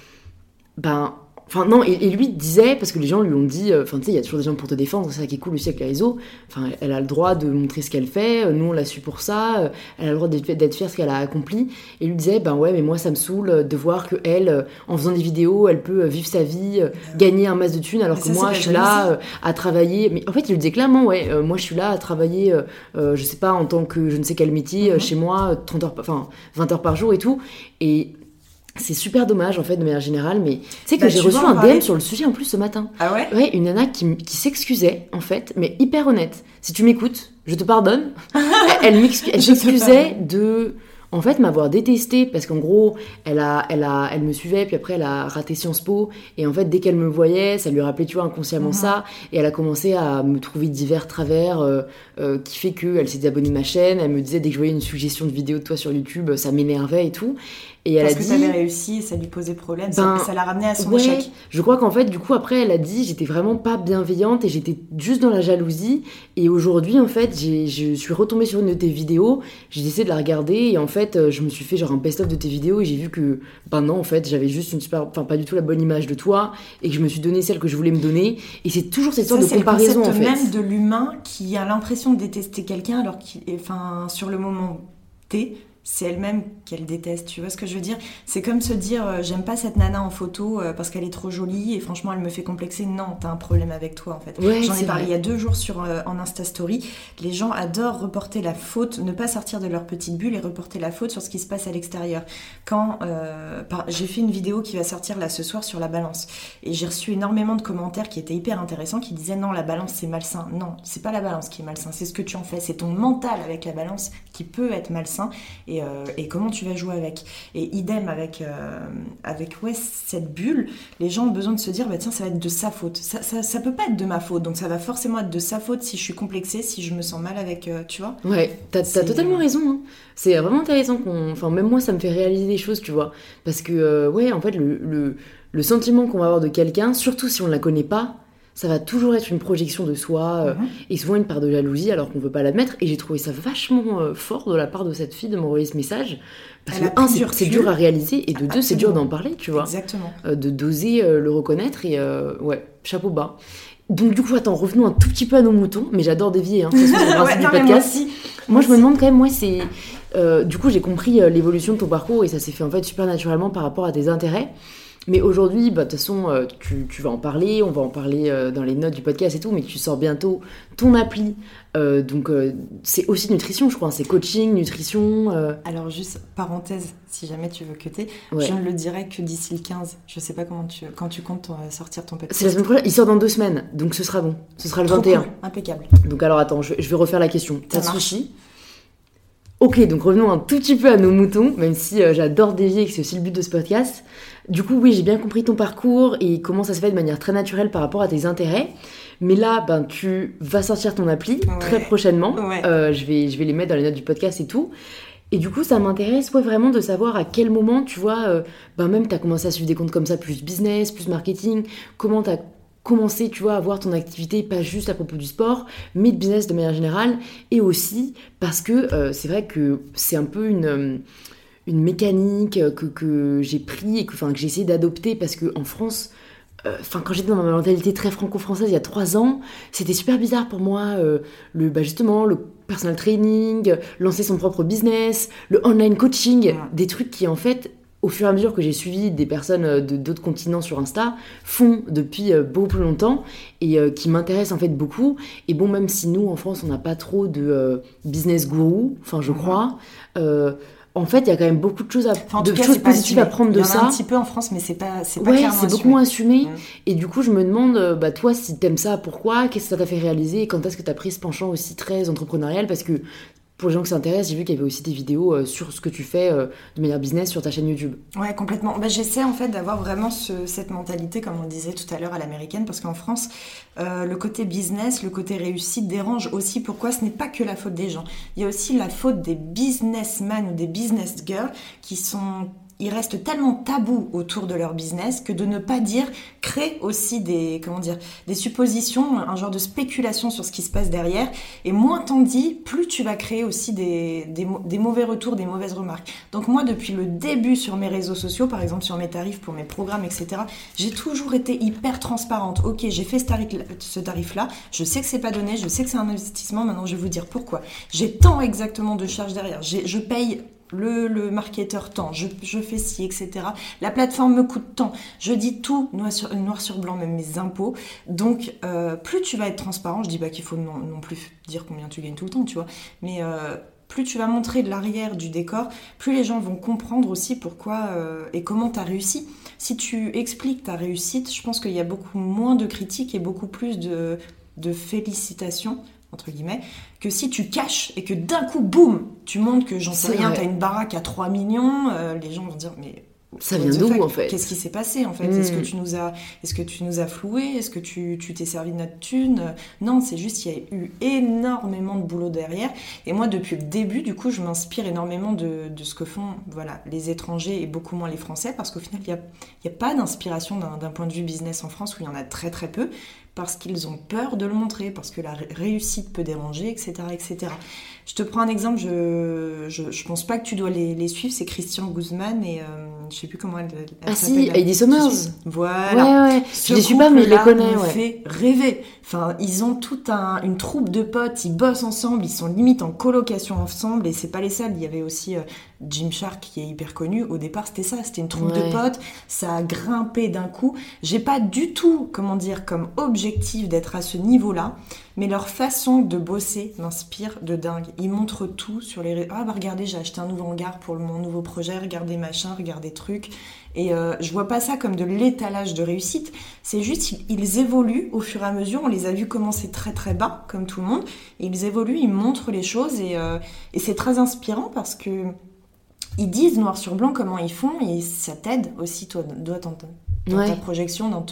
Enfin, non, et lui disait, parce que les gens lui ont dit, tu sais, il y a toujours des gens pour te défendre, c'est ça qui est cool aussi avec les réseaux, elle a le droit de montrer ce qu'elle fait, nous on l'a su pour ça, elle a le droit d'être fière de ce qu'elle a accompli, et lui disait, mais moi ça me saule de voir qu'elle, en faisant des vidéos, elle peut vivre sa vie, gagner un masse de thunes, alors que moi je suis là à travailler, mais en fait il lui disait clairement, moi je suis là à travailler, je sais pas, en tant que je ne sais quel métier, chez moi, 20 heures par jour et tout, et... C'est super dommage en fait de manière générale, mais tu sais que j'ai reçu un DM sur le sujet en plus ce matin. Ah ouais? Ouais, une nana qui s'excusait en fait, mais hyper honnête. Si tu m'écoutes, je te pardonne. Elle s'excusait de en fait m'avoir détestée parce qu'en gros elle me suivait, puis après elle a raté Sciences Po, et en fait dès qu'elle me voyait ça lui rappelait, tu vois, inconsciemment ça, et elle a commencé à me trouver divers travers qui fait qu'elle s'est désabonnée de ma chaîne. Elle me disait dès que je voyais une suggestion de vidéo de toi sur YouTube ça m'énervait et tout. Et elle parce a que dit... t'avais réussi et ça lui posait problème, ça l'a ramené à son ouais, échec. je crois qu'en fait, du coup, après, elle a dit, j'étais vraiment pas bienveillante et j'étais juste dans la jalousie. Et aujourd'hui, en fait, je suis retombée sur une de tes vidéos, j'ai essayé de la regarder et en fait, je me suis fait genre un best-of de tes vidéos et j'ai vu que, ben non, en fait, j'avais juste pas du tout la bonne image de toi et que je me suis donné celle que je voulais me donner. Et c'est toujours cette sorte de comparaison, en fait. C'est le concept même de l'humain qui a l'impression de détester quelqu'un alors sur le moment T, c'est elle-même qu'elle déteste, tu vois ce que je veux dire? C'est comme se dire j'aime pas cette nana en photo parce qu'elle est trop jolie et franchement elle me fait complexer. Non, t'as un problème avec toi en fait. Ouais, J'en ai parlé vrai. il y a 2 jours en Insta Story. Les gens adorent reporter la faute, ne pas sortir de leur petite bulle et reporter la faute sur ce qui se passe à l'extérieur. J'ai fait une vidéo qui va sortir là ce soir sur la balance et j'ai reçu énormément de commentaires qui étaient hyper intéressants qui disaient non, la balance c'est malsain. Non, c'est pas la balance qui est malsain, c'est ce que tu en fais, c'est ton mental avec la balance qui peut être malsain et comment tu vas jouer avec. Et idem avec cette bulle, les gens ont besoin de se dire bah tiens, ça va être de sa faute. Ça peut pas être de ma faute, donc ça va forcément être de sa faute si je suis complexée, si je me sens mal avec, tu vois. Ouais, t'as totalement raison. Hein. C'est vraiment intéressant Enfin, même moi, ça me fait réaliser des choses, tu vois. Parce que, ouais, en fait, le sentiment qu'on va avoir de quelqu'un, surtout si on ne la connaît pas, ça va toujours être une projection de soi et souvent une part de jalousie alors qu'on veut pas l'admettre. Et j'ai trouvé ça vachement fort de la part de cette fille de m'envoyer ce message. Parce que, un, c'est dur à réaliser et de deux, c'est dur d'en parler, tu vois. Exactement. D'oser le reconnaître et, ouais, chapeau bas. Donc, du coup, attends, revenons un tout petit peu à nos moutons, mais j'adore dévier, hein, de toute façon, c'est le principe du podcast. Moi, je me demande quand même, c'est. Du coup, j'ai compris l'évolution de ton parcours et ça s'est fait en fait super naturellement par rapport à tes intérêts. Mais aujourd'hui, de toute façon, tu vas en parler, on va en parler dans les notes du podcast et tout, mais tu sors bientôt ton appli. Donc, c'est aussi nutrition, je crois. C'est coaching, nutrition. Alors, juste parenthèse, si jamais tu veux cuter, ouais. Je ne le dirai que d'ici le 15. Je sais pas quand tu comptes sortir ton podcast. C'est la semaine prochaine. Il sort dans 2 semaines, donc ce sera bon. Ce sera le 21. Cool. Impeccable. Donc, alors, attends, je vais refaire la question. Pas de souci. Ok, donc revenons un tout petit peu à nos moutons, même si j'adore dévier et que c'est aussi le but de ce podcast. Du coup, oui, j'ai bien compris ton parcours et comment ça se fait de manière très naturelle par rapport à tes intérêts. Mais là, tu vas sortir ton appli très prochainement. Ouais. Je vais les mettre dans les notes du podcast et tout. Et du coup, ça m'intéresse vraiment de savoir à quel moment, tu vois, même tu as commencé à suivre des comptes comme ça, plus business, plus marketing. Comment tu as commencé, tu vois, à voir ton activité, pas juste à propos du sport, mais de business de manière générale. Et aussi parce que c'est vrai que c'est un peu une mécanique que j'ai pris et que j'ai essayé d'adopter parce qu'en France, quand j'étais dans ma mentalité très franco-française il y a 3 ans, c'était super bizarre pour moi, justement, le personal training, lancer son propre business, le online coaching, des trucs qui en fait, au fur et à mesure que j'ai suivi des personnes d'autres continents sur Insta, font depuis beaucoup plus longtemps et qui m'intéressent en fait beaucoup. Et bon, même si nous, en France, on n'a pas trop de business guru, je crois... en fait, il y a quand même beaucoup de choses, choses positives à prendre de ça. Il y en a un petit peu en France, mais c'est pas clairement assumé. Ouais, c'est beaucoup moins assumé. Et du coup, je me demande, toi, si t'aimes ça, pourquoi? Qu'est-ce que ça t'a fait réaliser? Et quand est-ce que t'as pris ce penchant aussi très entrepreneurial? Parce que pour les gens qui s'intéressent, j'ai vu qu'il y avait aussi des vidéos sur ce que tu fais de manière business sur ta chaîne YouTube. Ouais, complètement. J'essaie en fait d'avoir vraiment cette mentalité, comme on disait tout à l'heure, à l'américaine, parce qu'en France, le côté business, le côté réussite dérange aussi. Pourquoi? Ce n'est pas que la faute des gens. Il y a aussi la faute des businessmen ou des business girls ils restent tellement tabous autour de leur business que de ne pas dire crée aussi des suppositions, un genre de spéculation sur ce qui se passe derrière. Et moins t'en dis, plus tu vas créer aussi des mauvais retours, des mauvaises remarques. Donc moi, depuis le début sur mes réseaux sociaux, par exemple sur mes tarifs pour mes programmes, etc., j'ai toujours été hyper transparente. Ok, j'ai fait ce tarif-là, je sais que c'est pas donné, je sais que c'est un investissement, maintenant je vais vous dire pourquoi. J'ai tant exactement de charges derrière, je paye le marketeur tant, je fais ci, etc. La plateforme me coûte tant. Je dis tout noir sur blanc, même mes impôts. Donc, plus tu vas être transparent, je dis pas qu'il faut non plus dire combien tu gagnes tout le temps, tu vois, mais plus tu vas montrer de l'arrière du décor, plus les gens vont comprendre aussi pourquoi et comment tu as réussi. Si tu expliques ta réussite, je pense qu'il y a beaucoup moins de critiques et beaucoup plus de félicitations, entre guillemets, que si tu caches et que d'un coup, boum, tu montres que j'en sais rien, t'as une baraque à 3 millions, les gens vont dire, mais Ça vient d'où, en fait? Qu'est-ce qui s'est passé, en fait? Est-ce que tu nous as floués? Est-ce que tu t'es servi de notre thune? Non, c'est juste, il y a eu énormément de boulot derrière. Et moi, depuis le début, du coup, je m'inspire énormément de ce que font, voilà, les étrangers et beaucoup moins les Français, parce qu'au final, il y a pas d'inspiration d'un point de vue business en France, où il y en a très très peu, parce qu'ils ont peur de le montrer, parce que la réussite peut déranger, etc., etc. Je te prends un exemple, je pense pas que tu dois les suivre, c'est Christian Guzman et je sais plus comment elle ah s'appelle. Si, Heidi Somers. Voilà. Ouais. Je les suis pas, mais je les connais. Me fait rêver. Enfin, ils ont toute une troupe de potes, ils bossent ensemble, ils sont limite en colocation ensemble, et c'est pas les seuls. Il y avait aussi Gymshark qui est hyper connu. Au départ, c'était ça, c'était une troupe de potes. Ça a grimpé d'un coup. J'ai pas du tout, comment dire, comme objectif d'être à ce niveau-là, mais leur façon de bosser m'inspire de dingue. Ils montrent tout sur les réseaux. Ah bah regardez, j'ai acheté un nouveau hangar pour mon nouveau projet, regardez machin, regardez truc. Et je vois pas ça comme de l'étalage de réussite. C'est juste, ils évoluent au fur et à mesure. On les a vus commencer très très bas, comme tout le monde. Et ils évoluent, ils montrent les choses et c'est très inspirant parce que ils disent noir sur blanc comment ils font et ça t'aide aussi, toi, dans ta projection, dans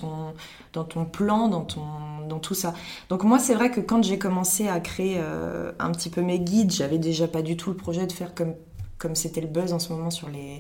ton plan, dans tout ça. Donc moi, c'est vrai que quand j'ai commencé à créer un petit peu mes guides, j'avais déjà pas du tout le projet de faire comme c'était le buzz en ce moment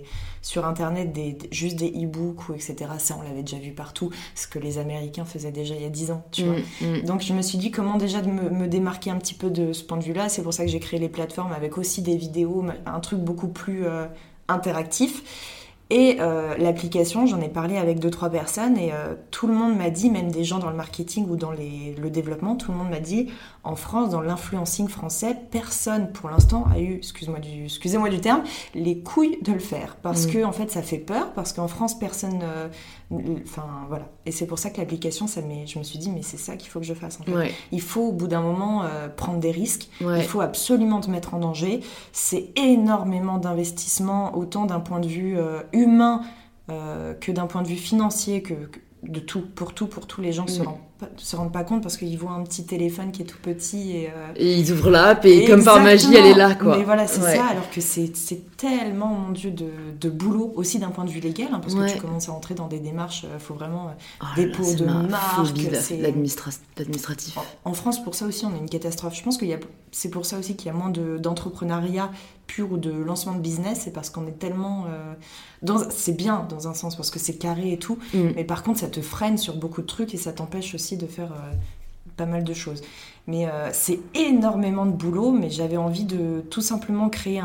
sur Internet, juste des e-books ou etc. Ça, on l'avait déjà vu partout, ce que les Américains faisaient déjà il y a 10 ans, tu vois. Donc je me suis dit comment déjà de me démarquer un petit peu de ce point de vue-là. C'est pour ça que j'ai créé les plateformes avec aussi des vidéos, un truc beaucoup plus interactif. Et l'application, j'en ai parlé avec 2-3 personnes et tout le monde m'a dit, même des gens dans le marketing ou dans le développement, tout le monde m'a dit, en France, dans l'influencing français, personne pour l'instant a eu, excusez-moi du terme, les couilles de le faire. Parce que en fait, ça fait peur, parce qu'en France, personne... Enfin, voilà. Et c'est pour ça que l'application, je me suis dit, mais c'est ça qu'il faut que je fasse, en fait. Ouais. Il faut, au bout d'un moment, prendre des risques. Ouais. Il faut absolument te mettre en danger. C'est énormément d'investissement, autant d'un point de vue humain que d'un point de vue financier, de tout, pour tous les gens se rendent pas compte parce qu'ils voient un petit téléphone qui est tout petit et ils ouvrent l'app et comme par magie elle est là, quoi. Mais voilà, c'est ça, alors que c'est tellement, mon Dieu, de boulot aussi d'un point de vue légal, hein, parce que tu commences à entrer dans des démarches, faut vraiment dépôt de marque, c'est l'administratif. En France, pour ça aussi, on a une catastrophe. Je pense que c'est pour ça aussi qu'il y a moins d'entrepreneuriat pur ou de lancement de business, c'est parce qu'on est tellement c'est bien dans un sens parce que c'est carré et tout, mais par contre ça te freine sur beaucoup de trucs et ça t'empêche aussi de faire pas mal de choses. Mais c'est énormément de boulot, mais j'avais envie de tout simplement créer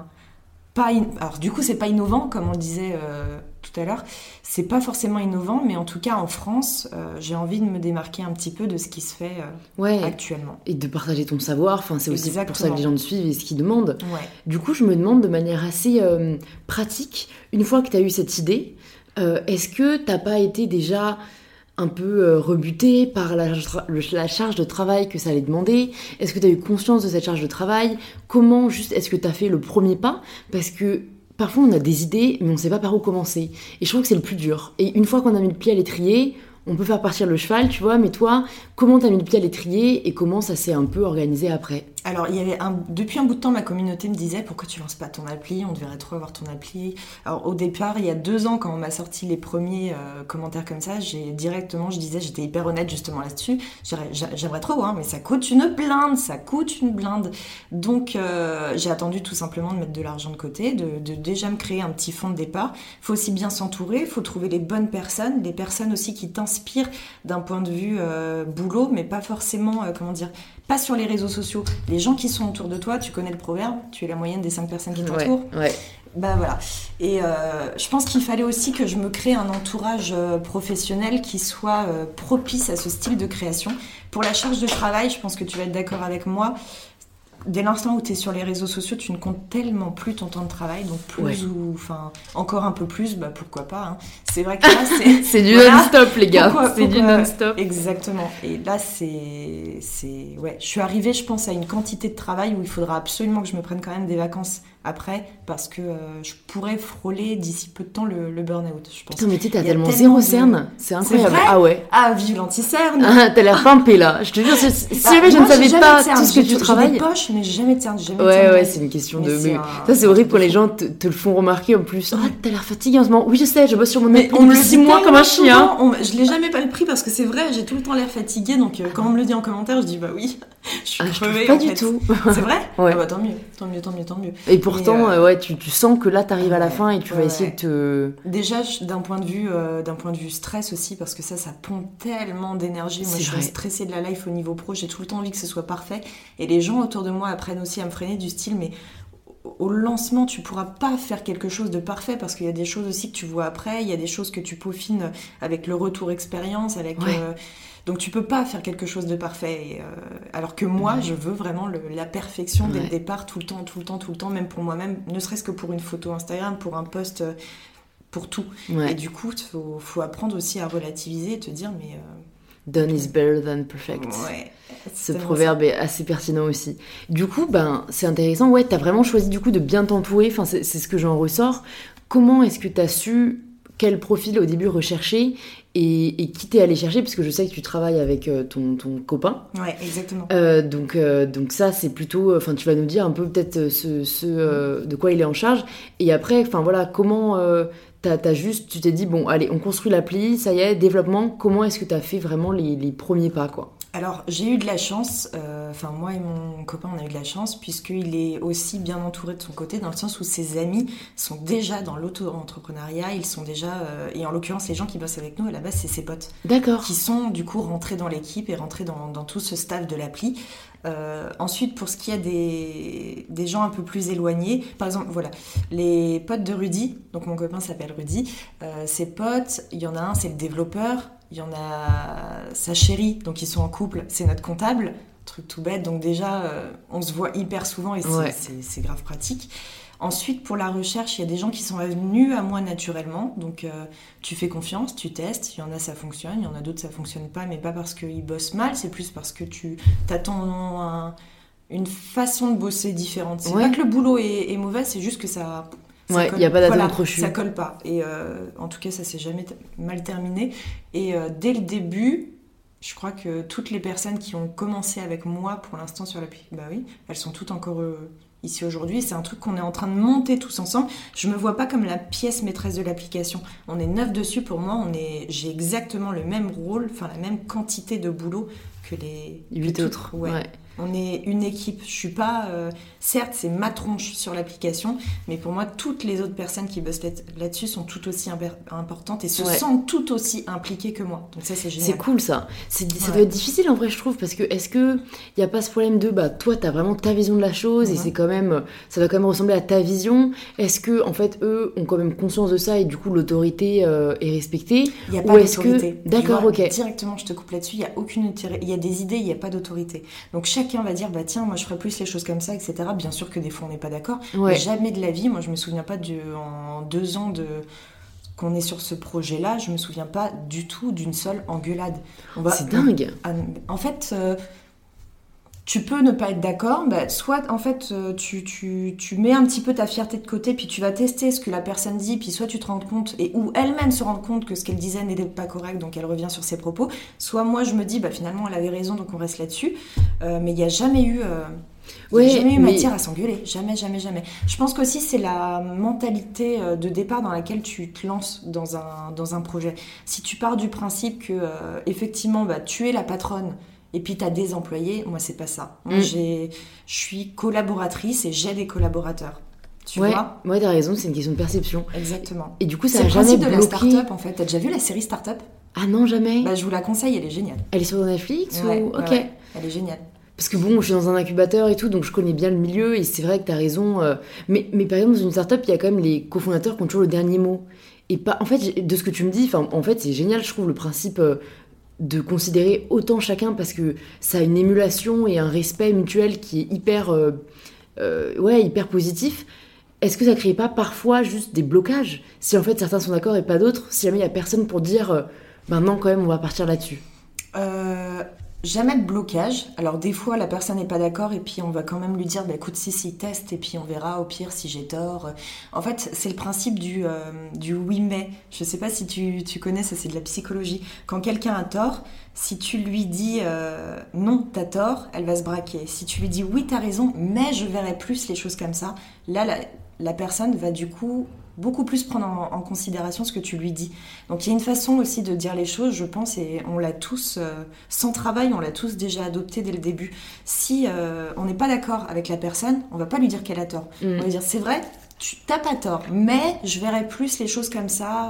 alors du coup c'est pas innovant comme on le disait tout à l'heure, c'est pas forcément innovant, mais en tout cas en France j'ai envie de me démarquer un petit peu de ce qui se fait actuellement. Et de partager ton savoir, enfin, c'est aussi pour ça que les gens te suivent et ce qu'ils demandent. Ouais. Du coup je me demande de manière assez pratique, une fois que tu as eu cette idée, est-ce que t'as pas été déjà un peu rebuté par la charge de travail que ça allait demander? Est-ce que tu as eu conscience de cette charge de travail? Comment juste est-ce que tu as fait le premier pas? Parce que parfois on a des idées mais on sait pas par où commencer. Et je trouve que c'est le plus dur. Et une fois qu'on a mis le pied à l'étrier, on peut faire partir le cheval, tu vois, mais toi, comment t'as mis le pied à l'étrier et comment ça s'est un peu organisé après? Alors, depuis un bout de temps, ma communauté me disait « Pourquoi tu lances pas ton appli? On devrait trop avoir ton appli. » Alors, au départ, il y a 2 ans, quand on m'a sorti les premiers commentaires comme ça, j'étais hyper honnête justement là-dessus. J'aimerais trop, hein, mais ça coûte une blinde. Donc, j'ai attendu tout simplement de mettre de l'argent de côté, de déjà me créer un petit fonds de départ. Il faut aussi bien s'entourer, il faut trouver les bonnes personnes, les personnes aussi qui t'inspirent d'un point de vue boulot, mais pas forcément, pas sur les réseaux sociaux. Les gens qui sont autour de toi, tu connais le proverbe, tu es la moyenne des 5 personnes qui t'entourent. Ouais. Bah voilà. Et je pense qu'il fallait aussi que je me crée un entourage professionnel qui soit propice à ce style de création. Pour la charge de travail, je pense que tu vas être d'accord avec moi. Dès l'instant où tu es sur les réseaux sociaux, tu ne comptes tellement plus ton temps de travail, donc encore un peu plus, bah pourquoi pas. Hein. C'est vrai que là, c'est du non-stop, les gars. C'est du non-stop. Exactement. Et là, je suis arrivée, je pense, à une quantité de travail où il faudra absolument que je me prenne quand même des vacances après parce que je pourrais frôler d'ici peu de temps le burn-out, je pense. Putain, mais tu sais, t'as Il y a tellement tellement zéro de- cerne. C'est incroyable. C'est vrai Ah ouais. Ah, vive l'anti-cerne. Ah, t'as l'air pimpé là. Je te jure, si Bah, jamais je moi, ne savais j'ai jamais pas de cerne. tout ce que tu J'ai travailles. des poches, mais j'ai jamais de cerne. J'ai jamais de Ouais, cerne. ouais, c'est une question Mais de. c'est Mais un- ça, c'est un horrible truc quand de les fou. gens te le font remarquer en plus. Ah, t'as l'air fatigué en ce moment. Oui, je sais, je bosse sur mon Mais appli on me depuis le 6 dit mois comme un tellement chien. souvent, je l'ai jamais pas le pris parce que c'est vrai, j'ai tout le temps l'air fatiguée, donc quand on me le dit en commentaire, je dis bah oui, je suis Ah, je trouve crevée pas en du fait. tout. C'est vrai. Ouais. Ah bah tant mieux, tant mieux, tant mieux, tant mieux. Et pourtant, Mais, ouais, tu sens que là, t'arrives à la ouais, fin et tu vas ouais, essayer ouais. de te. Déjà d'un point de vue stress aussi, parce que ça pompe tellement d'énergie. Moi, C'est je suis vrai. stressée de la life au niveau pro, j'ai tout le temps envie que ce soit parfait, et les gens autour de moi apprennent aussi à me freiner du style, mais au lancement, tu pourras pas faire quelque chose de parfait parce qu'il y a des choses aussi que tu vois après, il y a des choses que tu peaufines avec le retour expérience, avec Ouais. donc tu peux pas faire quelque chose de parfait. Alors que moi, je veux vraiment la perfection dès Ouais. le départ, tout le temps, tout le temps, tout le temps, même pour moi-même, ne serait-ce que pour une photo Instagram, pour un post, pour tout. Ouais. Et du coup, faut apprendre aussi à relativiser et te dire mais Done is better than perfect. ouais, Ce c'est tellement proverbe est assez pertinent aussi. Du coup, ben, c'est intéressant. Ouais, t'as vraiment choisi du coup de bien t'entourer. Enfin, c'est ce que j'en ressors. Comment est-ce que t'as su quel profil au début rechercher et qui t'es allé chercher? Parce que je sais que tu travailles avec ton copain. ça. Ouais, exactement. Donc ça, c'est plutôt... Enfin, tu vas nous dire un peu peut-être de quoi il est en charge. Et après, enfin voilà, comment... tu t'es dit, bon, allez, on construit l'appli, ça y est, développement. Comment est-ce que t'as fait vraiment les premiers pas, quoi? Alors, j'ai eu de la chance, enfin moi et mon copain, on a eu de la chance, puisqu'il est aussi bien entouré de son côté, dans le sens où ses amis sont déjà dans l'auto-entrepreneuriat, ils sont déjà, et en l'occurrence, les gens qui bossent avec nous, à la base, c'est ses potes, D'accord. qui sont du coup rentrés dans l'équipe et rentrés dans tout ce staff de l'appli. Ensuite, pour ce qui est des gens un peu plus éloignés, par exemple, voilà, les potes de Rudy, donc mon copain s'appelle Rudy, ses potes, il y en a un, c'est le développeur, il y en a sa chérie, donc ils sont en couple, c'est notre comptable, truc tout bête, donc déjà, on se voit hyper souvent et Ouais. c'est grave pratique. Ensuite, pour la recherche, il y a des gens qui sont venus à moi naturellement. Donc, tu fais confiance, tu testes. Il y en a, ça fonctionne. Il y en a d'autres, ça fonctionne pas. Mais pas parce qu'ils bossent mal. C'est plus parce que tu t'attends une façon de bosser différente. C'est Ouais. pas que le boulot est mauvais, c'est juste que ça Ouais, colle. y a pas d'attente Voilà, crochue. ça colle pas. Et en tout cas, ça s'est jamais mal terminé. Et dès le début... Je crois que toutes les personnes qui ont commencé avec moi pour l'instant sur l'appli, bah oui, elles sont toutes encore ici aujourd'hui. C'est un truc qu'on est en train de monter tous ensemble. Je me vois pas comme la pièce maîtresse de l'application. On est 9 dessus. Pour moi, j'ai exactement le même rôle, enfin la même quantité de boulot que les 8 autres. Ouais. Ouais. On est une équipe. Je suis pas. Certes, c'est ma tronche sur l'application, mais pour moi, toutes les autres personnes qui bossent là-dessus sont tout aussi importantes et se Ouais. sentent tout aussi impliquées que moi. Donc ça, c'est génial. C'est cool ça. Ça Ouais. doit être difficile en vrai, je trouve, parce que est-ce que y a pas ce problème de bah toi t'as vraiment ta vision de la chose et Mhm. c'est quand même ça doit quand même ressembler à ta vision. Est-ce que en fait eux ont quand même conscience de ça et du coup l'autorité est respectée? Il n'y a Ou pas est-ce que- d'autorité. D'accord, Tu vois, ok. Directement, je te coupe là-dessus. Il y a aucune autorité. Il y a des idées, il n'y a pas d'autorité. Donc chacun va dire, bah tiens, moi je ferais plus les choses comme ça, etc. Bien sûr que des fois on n'est pas d'accord. Ouais. Mais jamais de la vie. Moi je me souviens pas en 2 ans qu'on est sur ce projet-là, je me souviens pas du tout d'une seule engueulade. C'est dingue. En fait, tu peux ne pas être d'accord, bah, soit en fait tu mets un petit peu ta fierté de côté, puis tu vas tester ce que la personne dit, puis soit tu te rends compte, ou elle-même se rend compte que ce qu'elle disait n'était pas correct, donc elle revient sur ses propos, soit moi je me dis, bah finalement elle avait raison, donc on reste là-dessus, mais il n'y a jamais eu... Ouais, jamais eu mais- matière à s'engueuler, jamais, jamais, jamais. Je pense qu'aussi c'est la mentalité de départ dans laquelle tu te lances dans un projet. Si tu pars du principe que effectivement bah, tu es la patronne et puis tu as des employés, moi c'est pas ça. Moi je suis collaboratrice et j'ai des collaborateurs. Tu Ouais, vois? ouais, t'as raison, c'est une question de perception. Exactement. Et du coup, ça C'est a le jamais principe de la bloqué. start-up en fait. T'as déjà vu la série Start-up? Ah non, jamais. Bah je vous la conseille, elle est géniale. Elle est sur Netflix Ouais, ou ouais, ok. ouais. Elle est géniale. Parce que bon, je suis dans un incubateur et tout, donc je connais bien le milieu et c'est vrai que t'as raison. Mais par exemple, dans une startup, il y a quand même les cofondateurs qui ont toujours le dernier mot. Et pas, en fait, de ce que tu me dis, en fait, c'est génial, je trouve, le principe de considérer autant chacun parce que ça a une émulation et un respect mutuel qui est hyper positif. Est-ce que ça crée pas parfois juste des blocages? Si en fait certains sont d'accord et pas d'autres, si jamais il y a personne pour dire, ben non, quand même, on va partir là-dessus. jamais de blocage. Alors des fois la personne n'est pas d'accord et puis on va quand même lui dire écoute si teste et puis on verra au pire si j'ai tort. En fait c'est le principe du oui mais. Je sais pas si tu connais, ça c'est de la psychologie. Quand quelqu'un a tort, si tu lui dis non t'as tort, elle va se braquer. Si tu lui dis oui t'as raison mais je verrai plus les choses comme ça, là la personne va du coup beaucoup plus prendre en considération ce que tu lui dis. Donc il y a une façon aussi de dire les choses, je pense, et on l'a tous, sans travail, on l'a tous déjà adopté dès le début. Si on n'est pas d'accord avec la personne, on va pas lui dire qu'elle a tort. On va lui dire c'est vrai, tu t'as pas tort, mais je verrai plus les choses comme ça.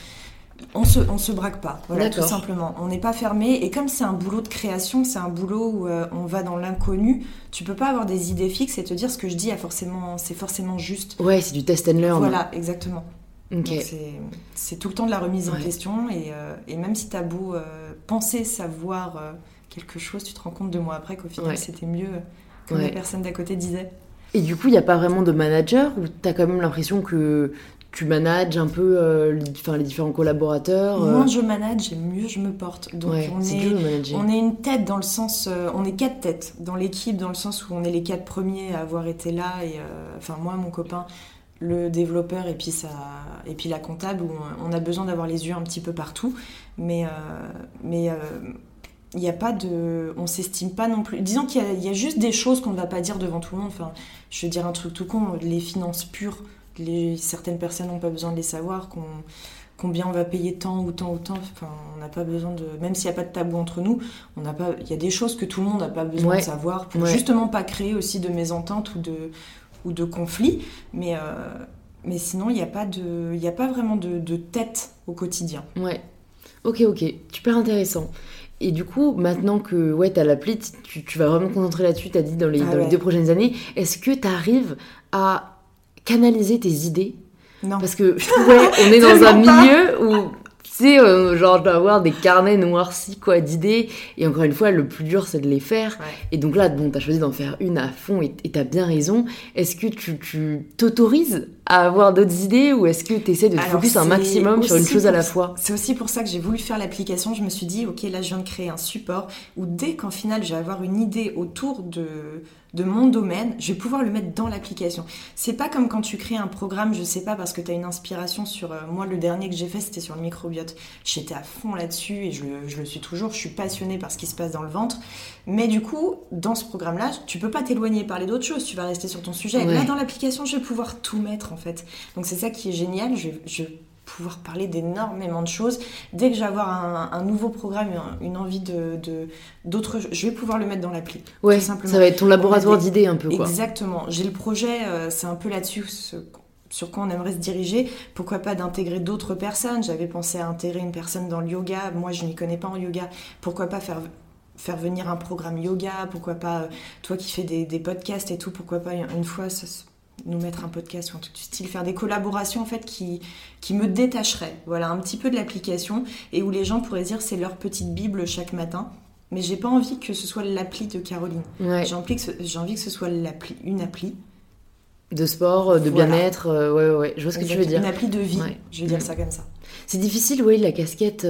On se braque pas, voilà, tout simplement. On n'est pas fermé. Et comme c'est un boulot de création, c'est un boulot où on va dans l'inconnu, tu peux pas avoir des idées fixes et te dire ce que je dis c'est forcément juste. Ouais, c'est du test and learn. Voilà, exactement. Okay. Donc c'est tout le temps de la remise en question. Et même si t'as beau penser savoir quelque chose, tu te rends compte 2 mois après qu'au final c'était mieux, comme la personne d'à côté disait. Et du coup, il n'y a pas vraiment de manager ou t'as quand même l'impression que tu manages un peu les différents collaborateurs Moins je manage et mieux je me porte. Donc on est une tête dans le sens... on est 4 têtes dans l'équipe, dans le sens où on est les 4 premiers à avoir été là. Et, moi, mon copain, le développeur et puis la comptable, où on a besoin d'avoir les yeux un petit peu partout. Mais il n'y a pas de... On s'estime pas non plus. Disons qu'il y a juste des choses qu'on ne va pas dire devant tout le monde. Enfin, je vais dire un truc tout con, les finances pures. Certaines personnes n'ont pas besoin de les savoir, combien on va payer tant ou tant ou tant. Enfin, on n'a pas besoin de... Même s'il n'y a pas de tabou entre nous, il y a des choses que tout le monde n'a pas besoin de savoir pour justement pas créer aussi de mésententes ou de conflits. Mais sinon, il n'y a pas vraiment de tête au quotidien. Ouais. Ok. Super intéressant. Et du coup, maintenant que tu as l'appli, tu vas vraiment te concentrer là-dessus, tu as dit dans les 2 prochaines années, est-ce que tu arrives à canaliser tes idées? Non. Parce que je trouvais, on est dans un milieu où, tu sais, genre, je dois avoir des carnets noircis, d'idées. Et encore une fois, le plus dur, c'est de les faire. Ouais. Et donc là, t'as choisi d'en faire une à fond et t'as bien raison. Est-ce que tu t'autorises à avoir d'autres idées ou est-ce que tu essaies de te focus un maximum sur une chose à la fois? C'est aussi pour ça que j'ai voulu faire l'application. Je me suis dit, ok, là, je viens de créer un support où dès qu'en final, je vais avoir une idée autour de mon domaine, je vais pouvoir le mettre dans l'application. C'est pas comme quand tu crées un programme, je sais pas, parce que tu as une inspiration sur... moi, le dernier que j'ai fait, c'était sur le microbiote. J'étais à fond là-dessus et je le suis toujours. Je suis passionnée par ce qui se passe dans le ventre. Mais du coup, dans ce programme-là, tu peux pas t'éloigner et parler d'autres choses. Tu vas rester sur ton sujet. Ouais. Là, dans l'application, je vais pouvoir tout mettre, en fait. Donc, c'est ça qui est génial. Je vais pouvoir parler d'énormément de choses. Dès que je vais avoir un nouveau programme, une envie d'autres, je vais pouvoir le mettre dans l'appli. Ouais, ça va être ton laboratoire d'idées un peu, quoi. Exactement. J'ai le projet, c'est un peu là-dessus sur quoi on aimerait se diriger. Pourquoi pas d'intégrer d'autres personnes? J'avais pensé à intégrer une personne dans le yoga. Moi, je n'y connais pas en yoga. Pourquoi pas faire venir un programme yoga? Pourquoi pas, toi qui fais des podcasts et tout, pourquoi pas une fois... nous mettre un podcast ou un truc du style, faire des collaborations en fait qui me détacheraient, voilà, un petit peu de l'application et où les gens pourraient dire c'est leur petite bible chaque matin, mais j'ai pas envie que ce soit l'appli de Caroline. Ouais. J'ai envie que ce soit une appli de sport, de bien-être, ouais, je vois ce que tu veux dire. Une appli de vie, je vais dire ça comme ça. C'est difficile, la casquette...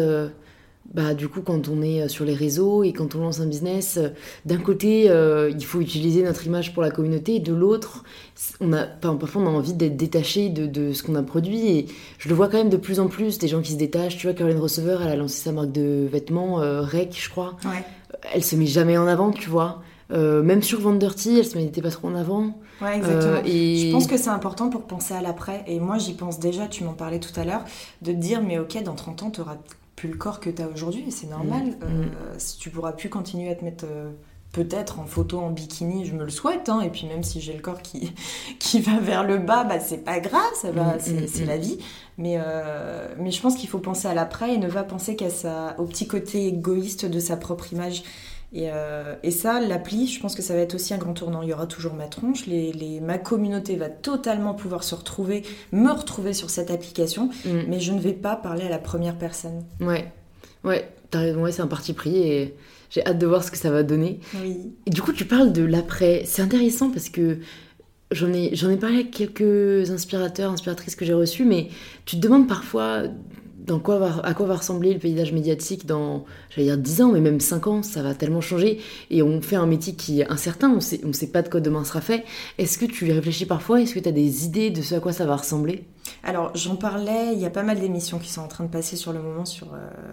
du coup, quand on est sur les réseaux et quand on lance un business, d'un côté, il faut utiliser notre image pour la communauté, et de l'autre, parfois on a envie d'être détaché de ce qu'on a produit. Et je le vois quand même de plus en plus, des gens qui se détachent. Tu vois, Caroline Receveur, elle a lancé sa marque de vêtements, Rec, je crois. Ouais. Elle se met jamais en avant, tu vois. Même sur Vanderty, elle se mettait pas trop en avant. Ouais, exactement. Je pense que c'est important pour penser à l'après. Et moi, j'y pense déjà, tu m'en parlais tout à l'heure, de te dire, mais ok, dans 30 ans, t'auras plus le corps que tu as aujourd'hui, et c'est normal. Si tu pourras plus continuer à te mettre peut-être en photo en bikini, je me le souhaite, et puis même si j'ai le corps qui va vers le bas, c'est pas grave, c'est la vie. Mais je pense qu'il faut penser à l'après et ne pas penser au petit côté égoïste de sa propre image. Et ça, l'appli, je pense que ça va être aussi un grand tournant. Il y aura toujours ma tronche, ma communauté va totalement pouvoir me retrouver sur cette application, mais je ne vais pas parler à la première personne. Ouais, t'as raison, c'est un parti pris et j'ai hâte de voir ce que ça va donner. Oui. Et du coup, tu parles de l'après. C'est intéressant parce que j'en ai parlé avec quelques inspiratrices que j'ai reçues, mais tu te demandes parfois à quoi va ressembler le paysage médiatique dans, j'allais dire 10 ans, mais même 5 ans, ça va tellement changer. Et on fait un métier qui est incertain, on sait pas de quoi demain sera fait. Est-ce que tu y réfléchis parfois? Est-ce que tu as des idées de ce à quoi ça va ressembler? Alors, j'en parlais, il y a pas mal d'émissions qui sont en train de passer sur le moment sur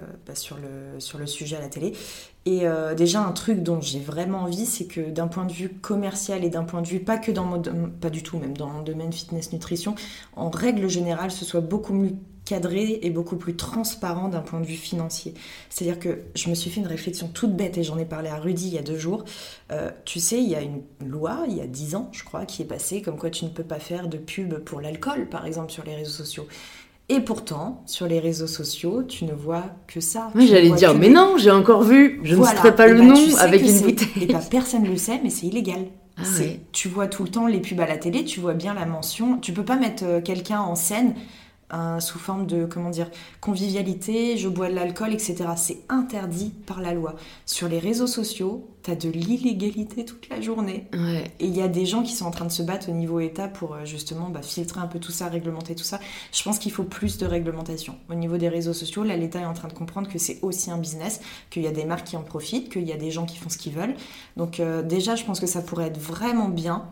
le sujet à la télé. Et déjà, un truc dont j'ai vraiment envie, c'est que d'un point de vue commercial et d'un point de vue, pas du tout, même dans le domaine fitness-nutrition, en règle générale, ce soit beaucoup mieux cadré et beaucoup plus transparent d'un point de vue financier. C'est-à-dire que je me suis fait une réflexion toute bête et j'en ai parlé à Rudy il y a 2 jours. Tu sais, il y a une loi, il y a 10 ans, je crois, qui est passée, comme quoi tu ne peux pas faire de pub pour l'alcool, par exemple, sur les réseaux sociaux. Et pourtant, sur les réseaux sociaux, tu ne vois que ça. Oui, j'allais dire, mais non, j'ai encore vu, je ne citerai pas le nom avec une bouteille. Et personne ne le sait, mais c'est illégal. Ouais. Tu vois tout le temps les pubs à la télé, tu vois bien la mention. Tu peux pas mettre quelqu'un en scène sous forme de, convivialité, je bois de l'alcool, etc. C'est interdit par la loi. Sur les réseaux sociaux, t'as de l'illégalité toute la journée. Ouais. Et il y a des gens qui sont en train de se battre au niveau État pour justement filtrer un peu tout ça, réglementer tout ça. Je pense qu'il faut plus de réglementation. Au niveau des réseaux sociaux, là, l'État est en train de comprendre que c'est aussi un business, qu'il y a des marques qui en profitent, qu'il y a des gens qui font ce qu'ils veulent. Donc déjà, je pense que ça pourrait être vraiment bien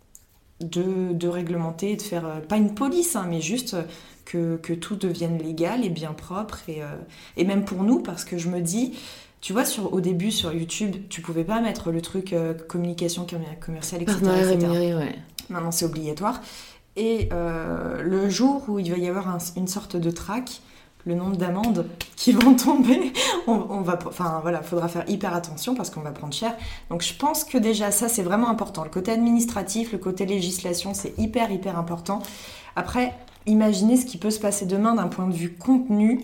de réglementer, de faire, pas une police, mais juste... Que tout devienne légal et bien propre et même pour nous, parce que je me dis, tu vois, au début sur YouTube, tu pouvais pas mettre le truc communication commerciale, etc. Rémunéré, ouais. Maintenant c'est obligatoire. Et le jour où il va y avoir une sorte de track, le nombre d'amendes qui vont tomber, faudra faire hyper attention parce qu'on va prendre cher. Donc je pense que déjà ça c'est vraiment important. Le côté administratif, le côté législation, c'est hyper important. Après, imaginez ce qui peut se passer demain d'un point de vue contenu.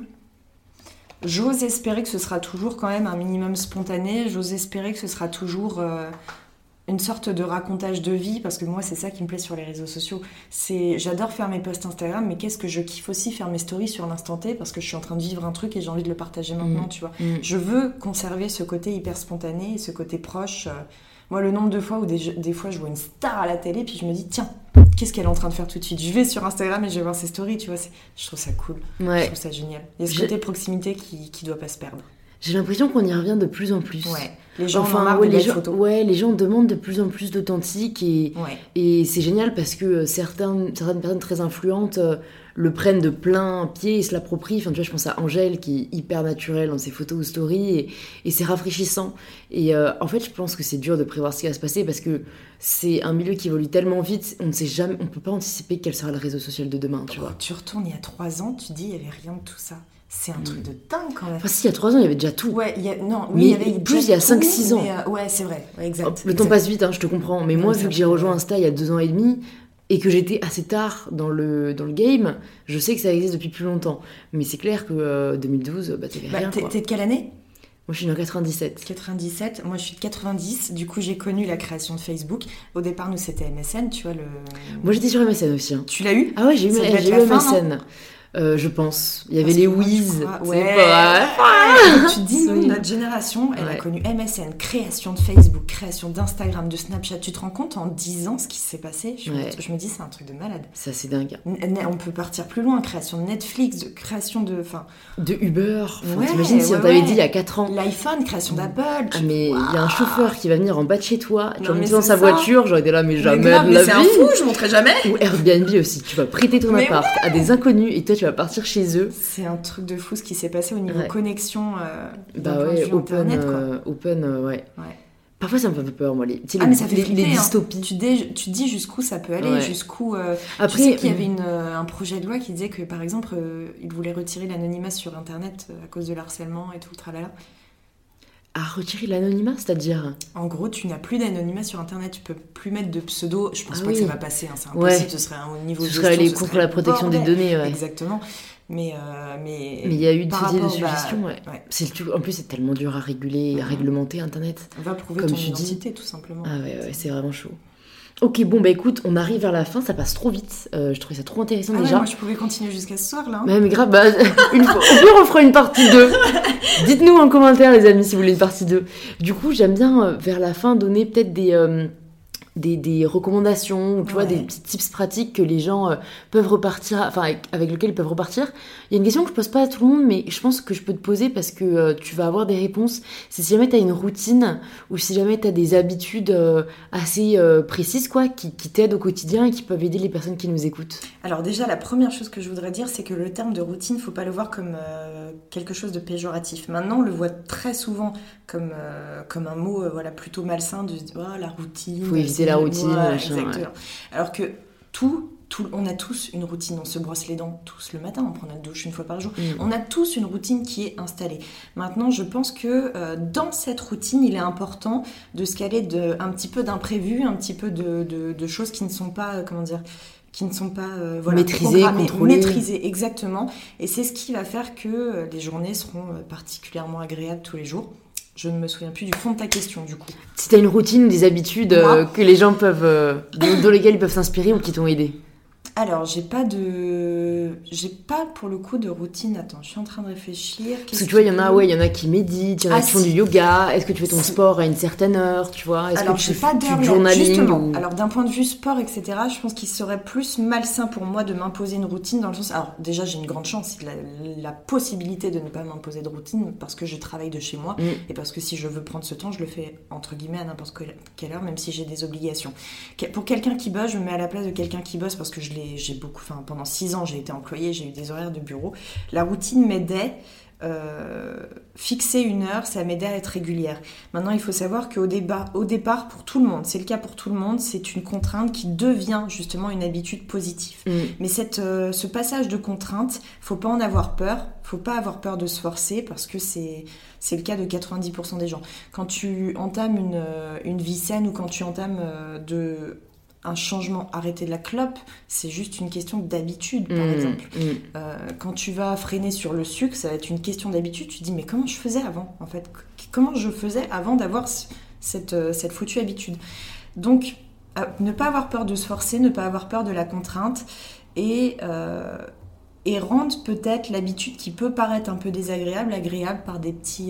J'ose espérer que ce sera toujours quand même un minimum spontané. J'ose espérer que ce sera toujours une sorte de racontage de vie, parce que moi, c'est ça qui me plaît sur les réseaux sociaux. J'adore faire mes posts Instagram, mais qu'est-ce que je kiffe aussi faire mes stories sur l'instant T, parce que je suis en train de vivre un truc et j'ai envie de le partager maintenant, tu vois. Je veux conserver ce côté hyper spontané, ce côté proche. Moi, le nombre de fois où des fois je vois une star à la télé, puis je me dis, tiens, qu'est-ce qu'elle est en train de faire tout de suite? Je vais sur Instagram et je vais voir ses stories, tu vois. Je trouve ça cool. Ouais. Je trouve ça génial. Il y a ce côté proximité qui doit pas se perdre. J'ai l'impression qu'on y revient de plus en plus. Ouais. Les gens en marre de belles photos. Ouais, les gens demandent de plus en plus d'authentique et c'est génial parce que certaines personnes très influentes le prennent de plein pied et se l'approprient. Enfin, tu vois, je pense à Angèle qui est hyper naturelle dans ses photos ou stories et c'est rafraîchissant. Et en fait, je pense que c'est dur de prévoir ce qui va se passer parce que c'est un milieu qui évolue tellement vite, on ne sait jamais, on peut pas anticiper quel sera le réseau social de demain, tu vois. Tu retournes il y a 3 ans, tu dis il y avait rien de tout ça. C'est un truc de dingue quand même. Enfin, si, il y a 3 ans, il y avait déjà tout. Ouais, il y avait plus il y a 5-6 ans. Ouais, c'est vrai, ouais, exact. Le temps passe vite, je te comprends. Mais moi, vu que j'ai rejoint Insta il y a 2 ans et demi, et que j'étais assez tard dans le game, je sais que ça existe depuis plus longtemps. Mais c'est clair que 2012, t'avais rien, quoi. T'es de quelle année ? Moi, je suis en 97. 97, moi je suis de 90. Du coup, j'ai connu la création de Facebook. Au départ, nous, c'était MSN, tu vois. Moi, j'étais sur MSN aussi. Tu l'as eu ? Ah ouais, j'ai eu MSN. Je pense. Il y avait les Wiz. Ouais. Tu te dis, nous, notre génération, elle a connu MSN, création de Facebook, création d'Instagram, de Snapchat. Tu te rends compte en 10 ans ce qui s'est passé ? Je me dis, c'est un truc de malade. Ça, c'est dingue. On peut partir plus loin. Création de Netflix, de création de... De Uber. T'imagines si on t'avait dit il y a 4 ans. L'iPhone, création d'Apple. Ah, mais il y a un chauffeur qui va venir en bas de chez toi. Tu vas monter dans sa voiture. J'aurais été là, mais jamais de la vie. C'est un fou, je monterai jamais. Ou Airbnb aussi. Tu vas prêter ton appart à des inconnus et toi, tu vas partir chez eux. C'est un truc de fou ce qui s'est passé au niveau connexion. Open, ouais. Parfois, ça me fait un peu peur, moi. Mais ça fait les dystopies. Tu te dis jusqu'où ça peut aller, jusqu'où... Après, tu sais qu'il y avait un projet de loi qui disait que, par exemple, il voulait retirer l'anonymat sur Internet à cause de l'harcèlement et tout, le tralala. À retirer l'anonymat, c'est-à-dire ? En gros, tu n'as plus d'anonymat sur Internet, tu peux plus mettre de pseudo. Je pense pas que ça va passer, c'est impossible, ce serait au niveau de gestion. Ce serait aller contre la protection des données, ouais. Exactement. Mais il y a eu des idées de suggestions, En plus, c'est tellement dur à réguler, à réglementer Internet. On va prouver ton identité, tout simplement. Ah ouais, c'est vraiment chaud. Ok, bon, écoute, on arrive vers la fin, ça passe trop vite. Je trouvais ça trop intéressant déjà. Moi, je pouvais continuer jusqu'à ce soir, là. Mais grave, on refera une partie 2. Dites-nous en commentaire, les amis, si vous voulez une partie 2. Du coup, j'aime bien, vers la fin, donner peut-être des recommandations, tu vois, des petits tips pratiques que les gens peuvent repartir, avec lesquels ils peuvent repartir. Il y a une question que je pose pas à tout le monde, mais je pense que je peux te poser parce que tu vas avoir des réponses. C'est si jamais tu as une routine ou si jamais tu as des habitudes assez précises, quoi, qui t'aident au quotidien et qui peuvent aider les personnes qui nous écoutent. Alors déjà, la première chose que je voudrais dire, c'est que le terme de routine, faut pas le voir comme quelque chose de péjoratif. Maintenant, on le voit très souvent comme un mot plutôt malsain de la routine. Faut éviter la routine. Exactement. Ouais. Alors que on a tous une routine. On se brosse les dents tous le matin, on prend notre douche une fois par jour. On a tous une routine qui est installée. Maintenant, je pense que dans cette routine, il est important de se caler un petit peu d'imprévus, un petit peu de choses qui ne sont pas, maîtrisées, exactement. Et c'est ce qui va faire que les journées seront particulièrement agréables tous les jours. Je ne me souviens plus du fond de ta question, du coup. Si tu as une routine ou des habitudes que les gens peuvent, dans lesquelles ils peuvent s'inspirer ou qui t'ont aidé. Alors, j'ai pas pour le coup de routine. Attends, je suis en train de réfléchir. Parce que tu vois, il y en a qui méditent, il y en a qui font du yoga. Est-ce que tu fais ton sport à une certaine heure, tu vois? Est-ce Alors, que j'ai pas d'heure, justement. Alors, d'un point de vue sport, etc., je pense qu'il serait plus malsain pour moi de m'imposer une routine dans le sens... Alors, déjà, j'ai une grande chance, c'est la possibilité de ne pas m'imposer de routine parce que je travaille de chez moi et parce que si je veux prendre ce temps, je le fais, entre guillemets, à n'importe quelle heure, même si j'ai des obligations. Pour quelqu'un qui bosse, je me mets à la place de quelqu'un qui bosse parce que pendant 6 ans, j'ai été employée, j'ai eu des horaires de bureau. La routine m'aidait, fixer une heure, ça m'aidait à être régulière. Maintenant, il faut savoir qu'au départ, pour tout le monde, c'est le cas pour tout le monde, c'est une contrainte qui devient justement une habitude positive. Mais ce passage de contrainte, faut pas en avoir peur, faut pas avoir peur de se forcer parce que c'est le cas de 90% des gens. Quand tu entames une vie saine ou quand tu entames un changement, arrêter de la clope, c'est juste une question d'habitude, par exemple. Quand tu vas freiner sur le sucre, ça va être une question d'habitude. Tu te dis, mais comment je faisais avant, en fait? Comment je faisais avant d'avoir cette foutue habitude? Donc, ne pas avoir peur de se forcer, ne pas avoir peur de la contrainte et rendre peut-être l'habitude qui peut paraître un peu désagréable, agréable par des petites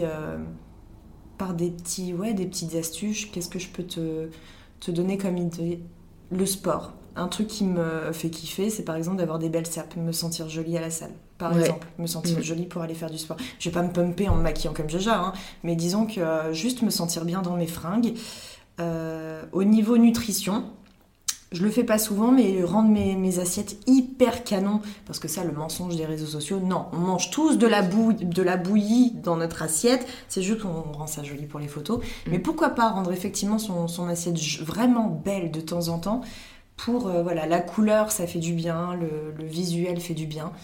astuces. Qu'est-ce que je peux te donner comme idée? Le sport. Un truc qui me fait kiffer, c'est par exemple d'avoir des belles sapes, me sentir jolie à la salle. Par exemple, me sentir jolie pour aller faire du sport. Je vais pas me pumper en me maquillant comme Jaja, mais disons que juste me sentir bien dans mes fringues. Au niveau nutrition, je le fais pas souvent, mais rendre mes assiettes hyper canon, parce que ça, le mensonge des réseaux sociaux, non, on mange tous de la bouillie dans notre assiette, c'est juste qu'on rend ça joli pour les photos, mais pourquoi pas rendre effectivement son assiette vraiment belle de temps en temps, pour, la couleur, ça fait du bien, le visuel fait du bien.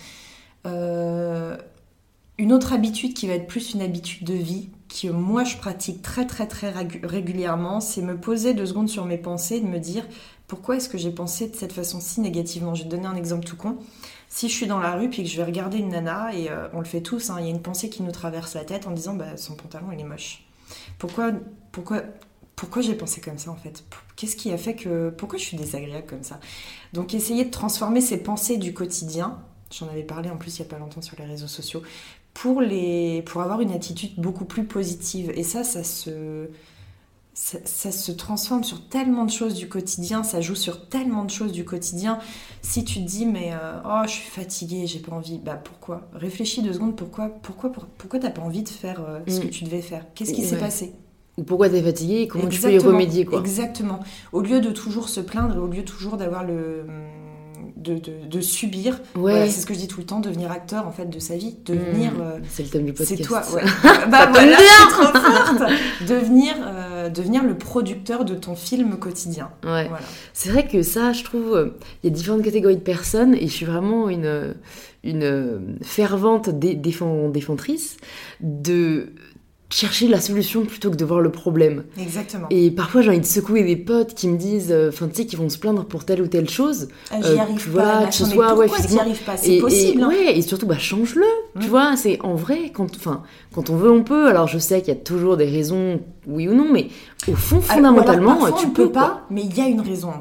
Une autre habitude qui va être plus une habitude de vie, que moi je pratique très très très régulièrement, c'est me poser 2 secondes sur mes pensées et de me dire pourquoi est-ce que j'ai pensé de cette façon-ci négativement. Je vais te donner un exemple tout con. Si je suis dans la rue puis que je vais regarder une nana, et on le fait tous, il y a une pensée qui nous traverse la tête en disant son pantalon il est moche. Pourquoi j'ai pensé comme ça en fait? Qu'est-ce qui a fait pourquoi je suis désagréable comme ça? Donc essayer de transformer ces pensées du quotidien, j'en avais parlé en plus il n'y a pas longtemps sur les réseaux sociaux, pour avoir une attitude beaucoup plus positive. Et ça se transforme sur tellement de choses du quotidien, ça joue sur tellement de choses du quotidien. Si tu te dis je suis fatiguée, j'ai pas envie, pourquoi? Réfléchis 2 secondes, pourquoi t'as pas envie de faire ce que tu devais faire? Qu'est-ce qui s'est passé? Ou pourquoi t'es fatiguée et comment tu peux y remédier, quoi. Exactement. Au lieu de toujours se plaindre et au lieu toujours d'avoir de subir, c'est ce que je dis tout le temps, devenir acteur en fait de sa vie, devenir c'est le thème du podcast. C'est toi, je suis trop forte. Devenir le producteur de ton film quotidien. C'est vrai que ça, je trouve, il y a différentes catégories de personnes et je suis vraiment une fervente défendrice de chercher la solution plutôt que de voir le problème. Exactement. Et parfois, j'ai envie de secouer des potes qui me disent, qui vont se plaindre pour telle ou telle chose. J'y arrive pas. Que ce soit, pourquoi t'y arrives pas? C'est possible. Et surtout, change-le. Tu vois, c'est en vrai, quand on veut, on peut. Alors, je sais qu'il y a toujours des raisons, oui ou non, mais au fond, fondamentalement, parfois, tu on peux pas. Mais il y a une raison, en fait.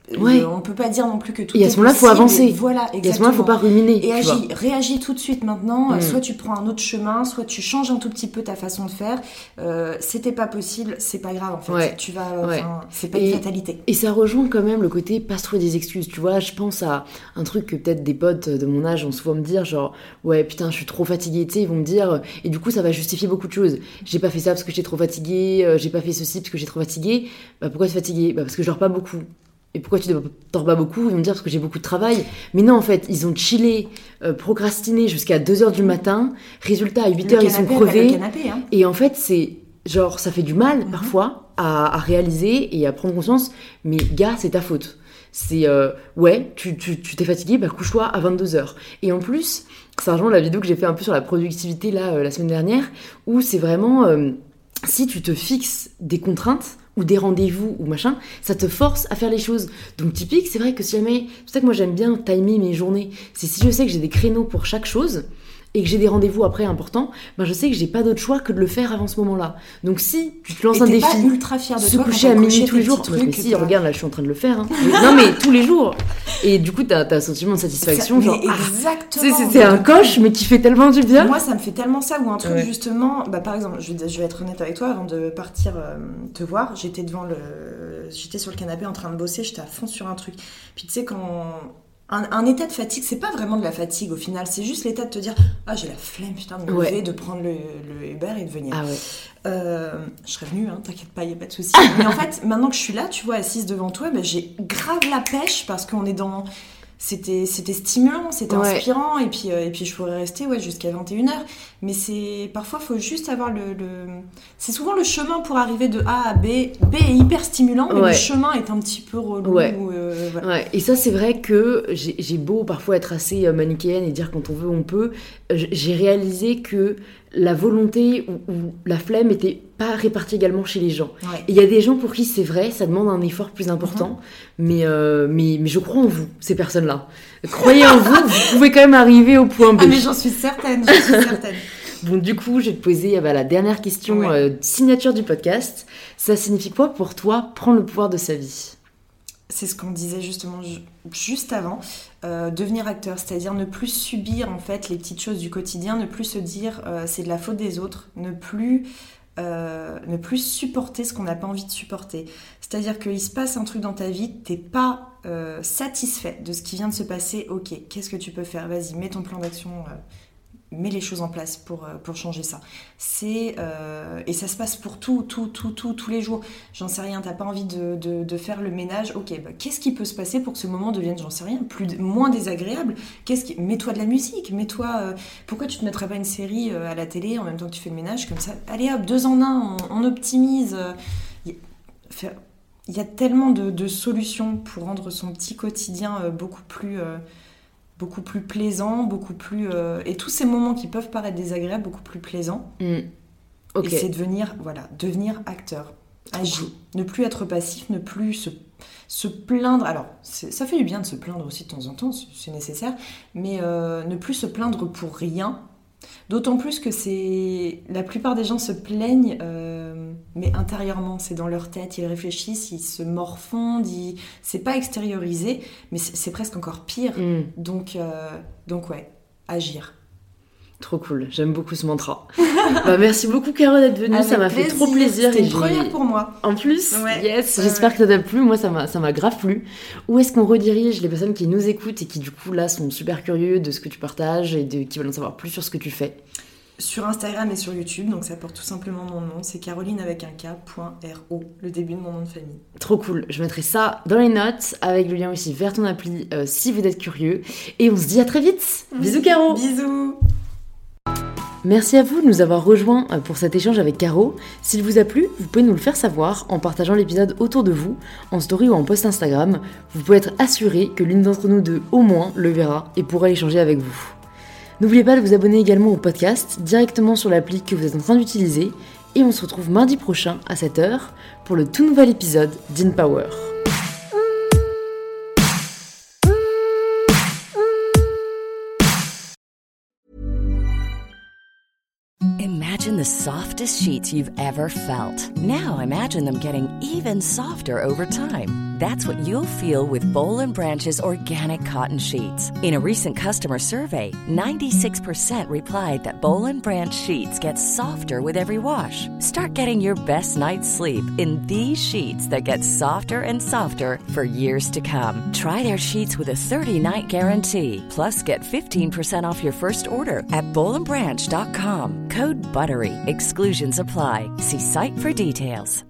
Ouais. On peut pas dire non plus que tout et est à ce moment-là, il faut possible. avancer. Voilà, exactement. Et à ce moment-là, il faut pas ruminer. Et réagis tout de suite maintenant. Soit tu prends un autre chemin, soit tu changes un tout petit peu ta façon de faire. C'était pas possible, c'est pas grave en fait. Ouais. Tu vas, c'est pas une fatalité. Et ça rejoint quand même le côté pas se trouver des excuses. Tu vois, je pense à un truc que peut-être des potes de mon âge vont souvent me dire, genre ouais putain je suis trop fatiguée, tu sais, ils vont me dire, et du coup ça va justifier beaucoup de choses. J'ai pas fait ça parce que j'étais trop fatiguée, j'ai pas fait ceci parce que j'étais trop fatiguée. Bah pourquoi t'es fatiguée ? Bah parce que je dors pas beaucoup. Et pourquoi tu dors pas beaucoup ? Ils vont me dire parce que j'ai beaucoup de travail. Mais non, en fait, ils ont chillé, procrastiné jusqu'à 2h du matin. Résultat, à 8h, ils sont crevés. Le canapé, hein. Et en fait, c'est genre, ça fait du mal parfois à réaliser et à prendre conscience. Mais gars, c'est ta faute. C'est, ouais, tu t'es fatigué, bah couche-toi à 22h. Et en plus, ça rejoint la vidéo que j'ai fait un peu sur la productivité là, la semaine dernière, où c'est vraiment, si tu te fixes des contraintes, ou des rendez-vous ou machin, ça te force à faire les choses. Donc typique, c'est vrai que si jamais... C'est pour ça que moi j'aime bien timer mes journées. C'est si je sais que j'ai des créneaux pour chaque chose et que j'ai des rendez-vous après importants, ben je sais que j'ai pas d'autre choix que de le faire avant ce moment-là. Donc si tu te lances un défi, pas ultra fière de se toi coucher à minuit tous les jours, mais si, regarde là je suis en train de le faire. Hein. Non mais tous les jours. Et du coup t'as un sentiment de satisfaction, genre exactement. C'est un coche mais qui fait tellement du bien. Moi ça me fait tellement ça, ou un truc justement, bah par exemple, je vais être honnête avec toi, avant de partir te voir, j'étais sur le canapé en train de bosser, j'étais à fond sur un truc. Puis tu sais quand un état de fatigue, c'est pas vraiment de la fatigue au final, c'est juste l'état de te dire j'ai la flemme putain de me lever, de prendre le Uber et de venir. Je serais venue, hein, t'inquiète pas, y a pas de souci. Mais en fait, maintenant que je suis là, tu vois, assise devant toi, bah, j'ai grave la pêche parce qu'on est dans... C'était stimulant, c'était inspirant, et puis je pourrais rester jusqu'à 21h. Mais parfois, il faut juste avoir c'est souvent le chemin pour arriver de A à B. B est hyper stimulant, mais le chemin est un petit peu relou. Et ça, c'est vrai que j'ai beau parfois être assez manichéenne et dire quand on veut, on peut. J'ai réalisé que la volonté ou la flemme n'était pas répartie également chez les gens. Et il y a des gens pour qui c'est vrai, ça demande un effort plus important, mais je crois en vous, ces personnes-là. Croyez en vous, vous pouvez quand même arriver au point B. Ah mais j'en suis certaine. Bon, du coup, je vais te poser la dernière question signature du podcast. Ça signifie quoi pour toi prendre le pouvoir de sa vie ? C'est ce qu'on disait justement juste avant, devenir acteur, c'est-à-dire ne plus subir en fait les petites choses du quotidien, ne plus se dire c'est de la faute des autres, ne plus supporter ce qu'on n'a pas envie de supporter. C'est-à-dire qu'il se passe un truc dans ta vie, t'es pas satisfait de ce qui vient de se passer, ok, qu'est-ce que tu peux faire ? Vas-y, mets ton plan d'action, mets les choses en place pour changer ça. Et ça se passe pour tous les jours. J'en sais rien, t'as pas envie de faire le ménage, ok, bah, qu'est-ce qui peut se passer pour que ce moment devienne, j'en sais rien, moins désagréable ? Mets-toi de la musique, pourquoi tu te mettrais pas une série à la télé en même temps que tu fais le ménage, comme ça, allez hop, 2 en 1, on optimise. Il y a tellement de solutions pour rendre son petit quotidien beaucoup plus plaisant, beaucoup plus... et tous ces moments qui peuvent paraître désagréables, beaucoup plus plaisants. Okay. Et c'est devenir acteur, agir. Ne plus être passif, ne plus se plaindre. Alors, ça fait du bien de se plaindre aussi de temps en temps, c'est nécessaire, mais ne plus se plaindre pour rien. D'autant plus que la plupart des gens se plaignent, mais intérieurement, c'est dans leur tête, ils réfléchissent, ils se morfondent, c'est pas extériorisé, mais c'est presque encore pire. Donc ouais, agir. Trop cool, j'aime beaucoup ce mantra. Merci beaucoup Caro d'être venue, ça m'a fait trop plaisir. C'était une première pour moi. En plus, j'espère que ça t'a plu, moi ça m'a grave plu. Où est-ce qu'on redirige les personnes qui nous écoutent et qui du coup là sont super curieux de ce que tu partages et qui veulent en savoir plus sur ce que tu fais ? Sur Instagram et sur YouTube, donc ça porte tout simplement mon nom, c'est Caroline avec un K.ro, le début de mon nom de famille. Trop cool, je mettrai ça dans les notes avec le lien aussi vers ton appli si vous êtes curieux. Et on se dit à très vite. Bisous Caro. Bisous. Merci à vous de nous avoir rejoints pour cet échange avec Caro. S'il vous a plu, vous pouvez nous le faire savoir en partageant l'épisode autour de vous, en story ou en post Instagram. Vous pouvez être assuré que l'une d'entre nous deux au moins le verra et pourra échanger avec vous. N'oubliez pas de vous abonner également au podcast directement sur l'appli que vous êtes en train d'utiliser et on se retrouve mardi prochain à 7h pour le tout nouvel épisode d'InPower. Imagine the softest sheets you've ever felt. Now imagine them getting even softer over time. That's what you'll feel with Boll & Branch's organic cotton sheets. In a recent customer survey, 96% replied that Boll & Branch sheets get softer with every wash. Start getting your best night's sleep in these sheets that get softer and softer for years to come. Try their sheets with a 30-night guarantee. Plus, get 15% off your first order at bollandbranch.com. Code BUTTERY. Exclusions apply. See site for details.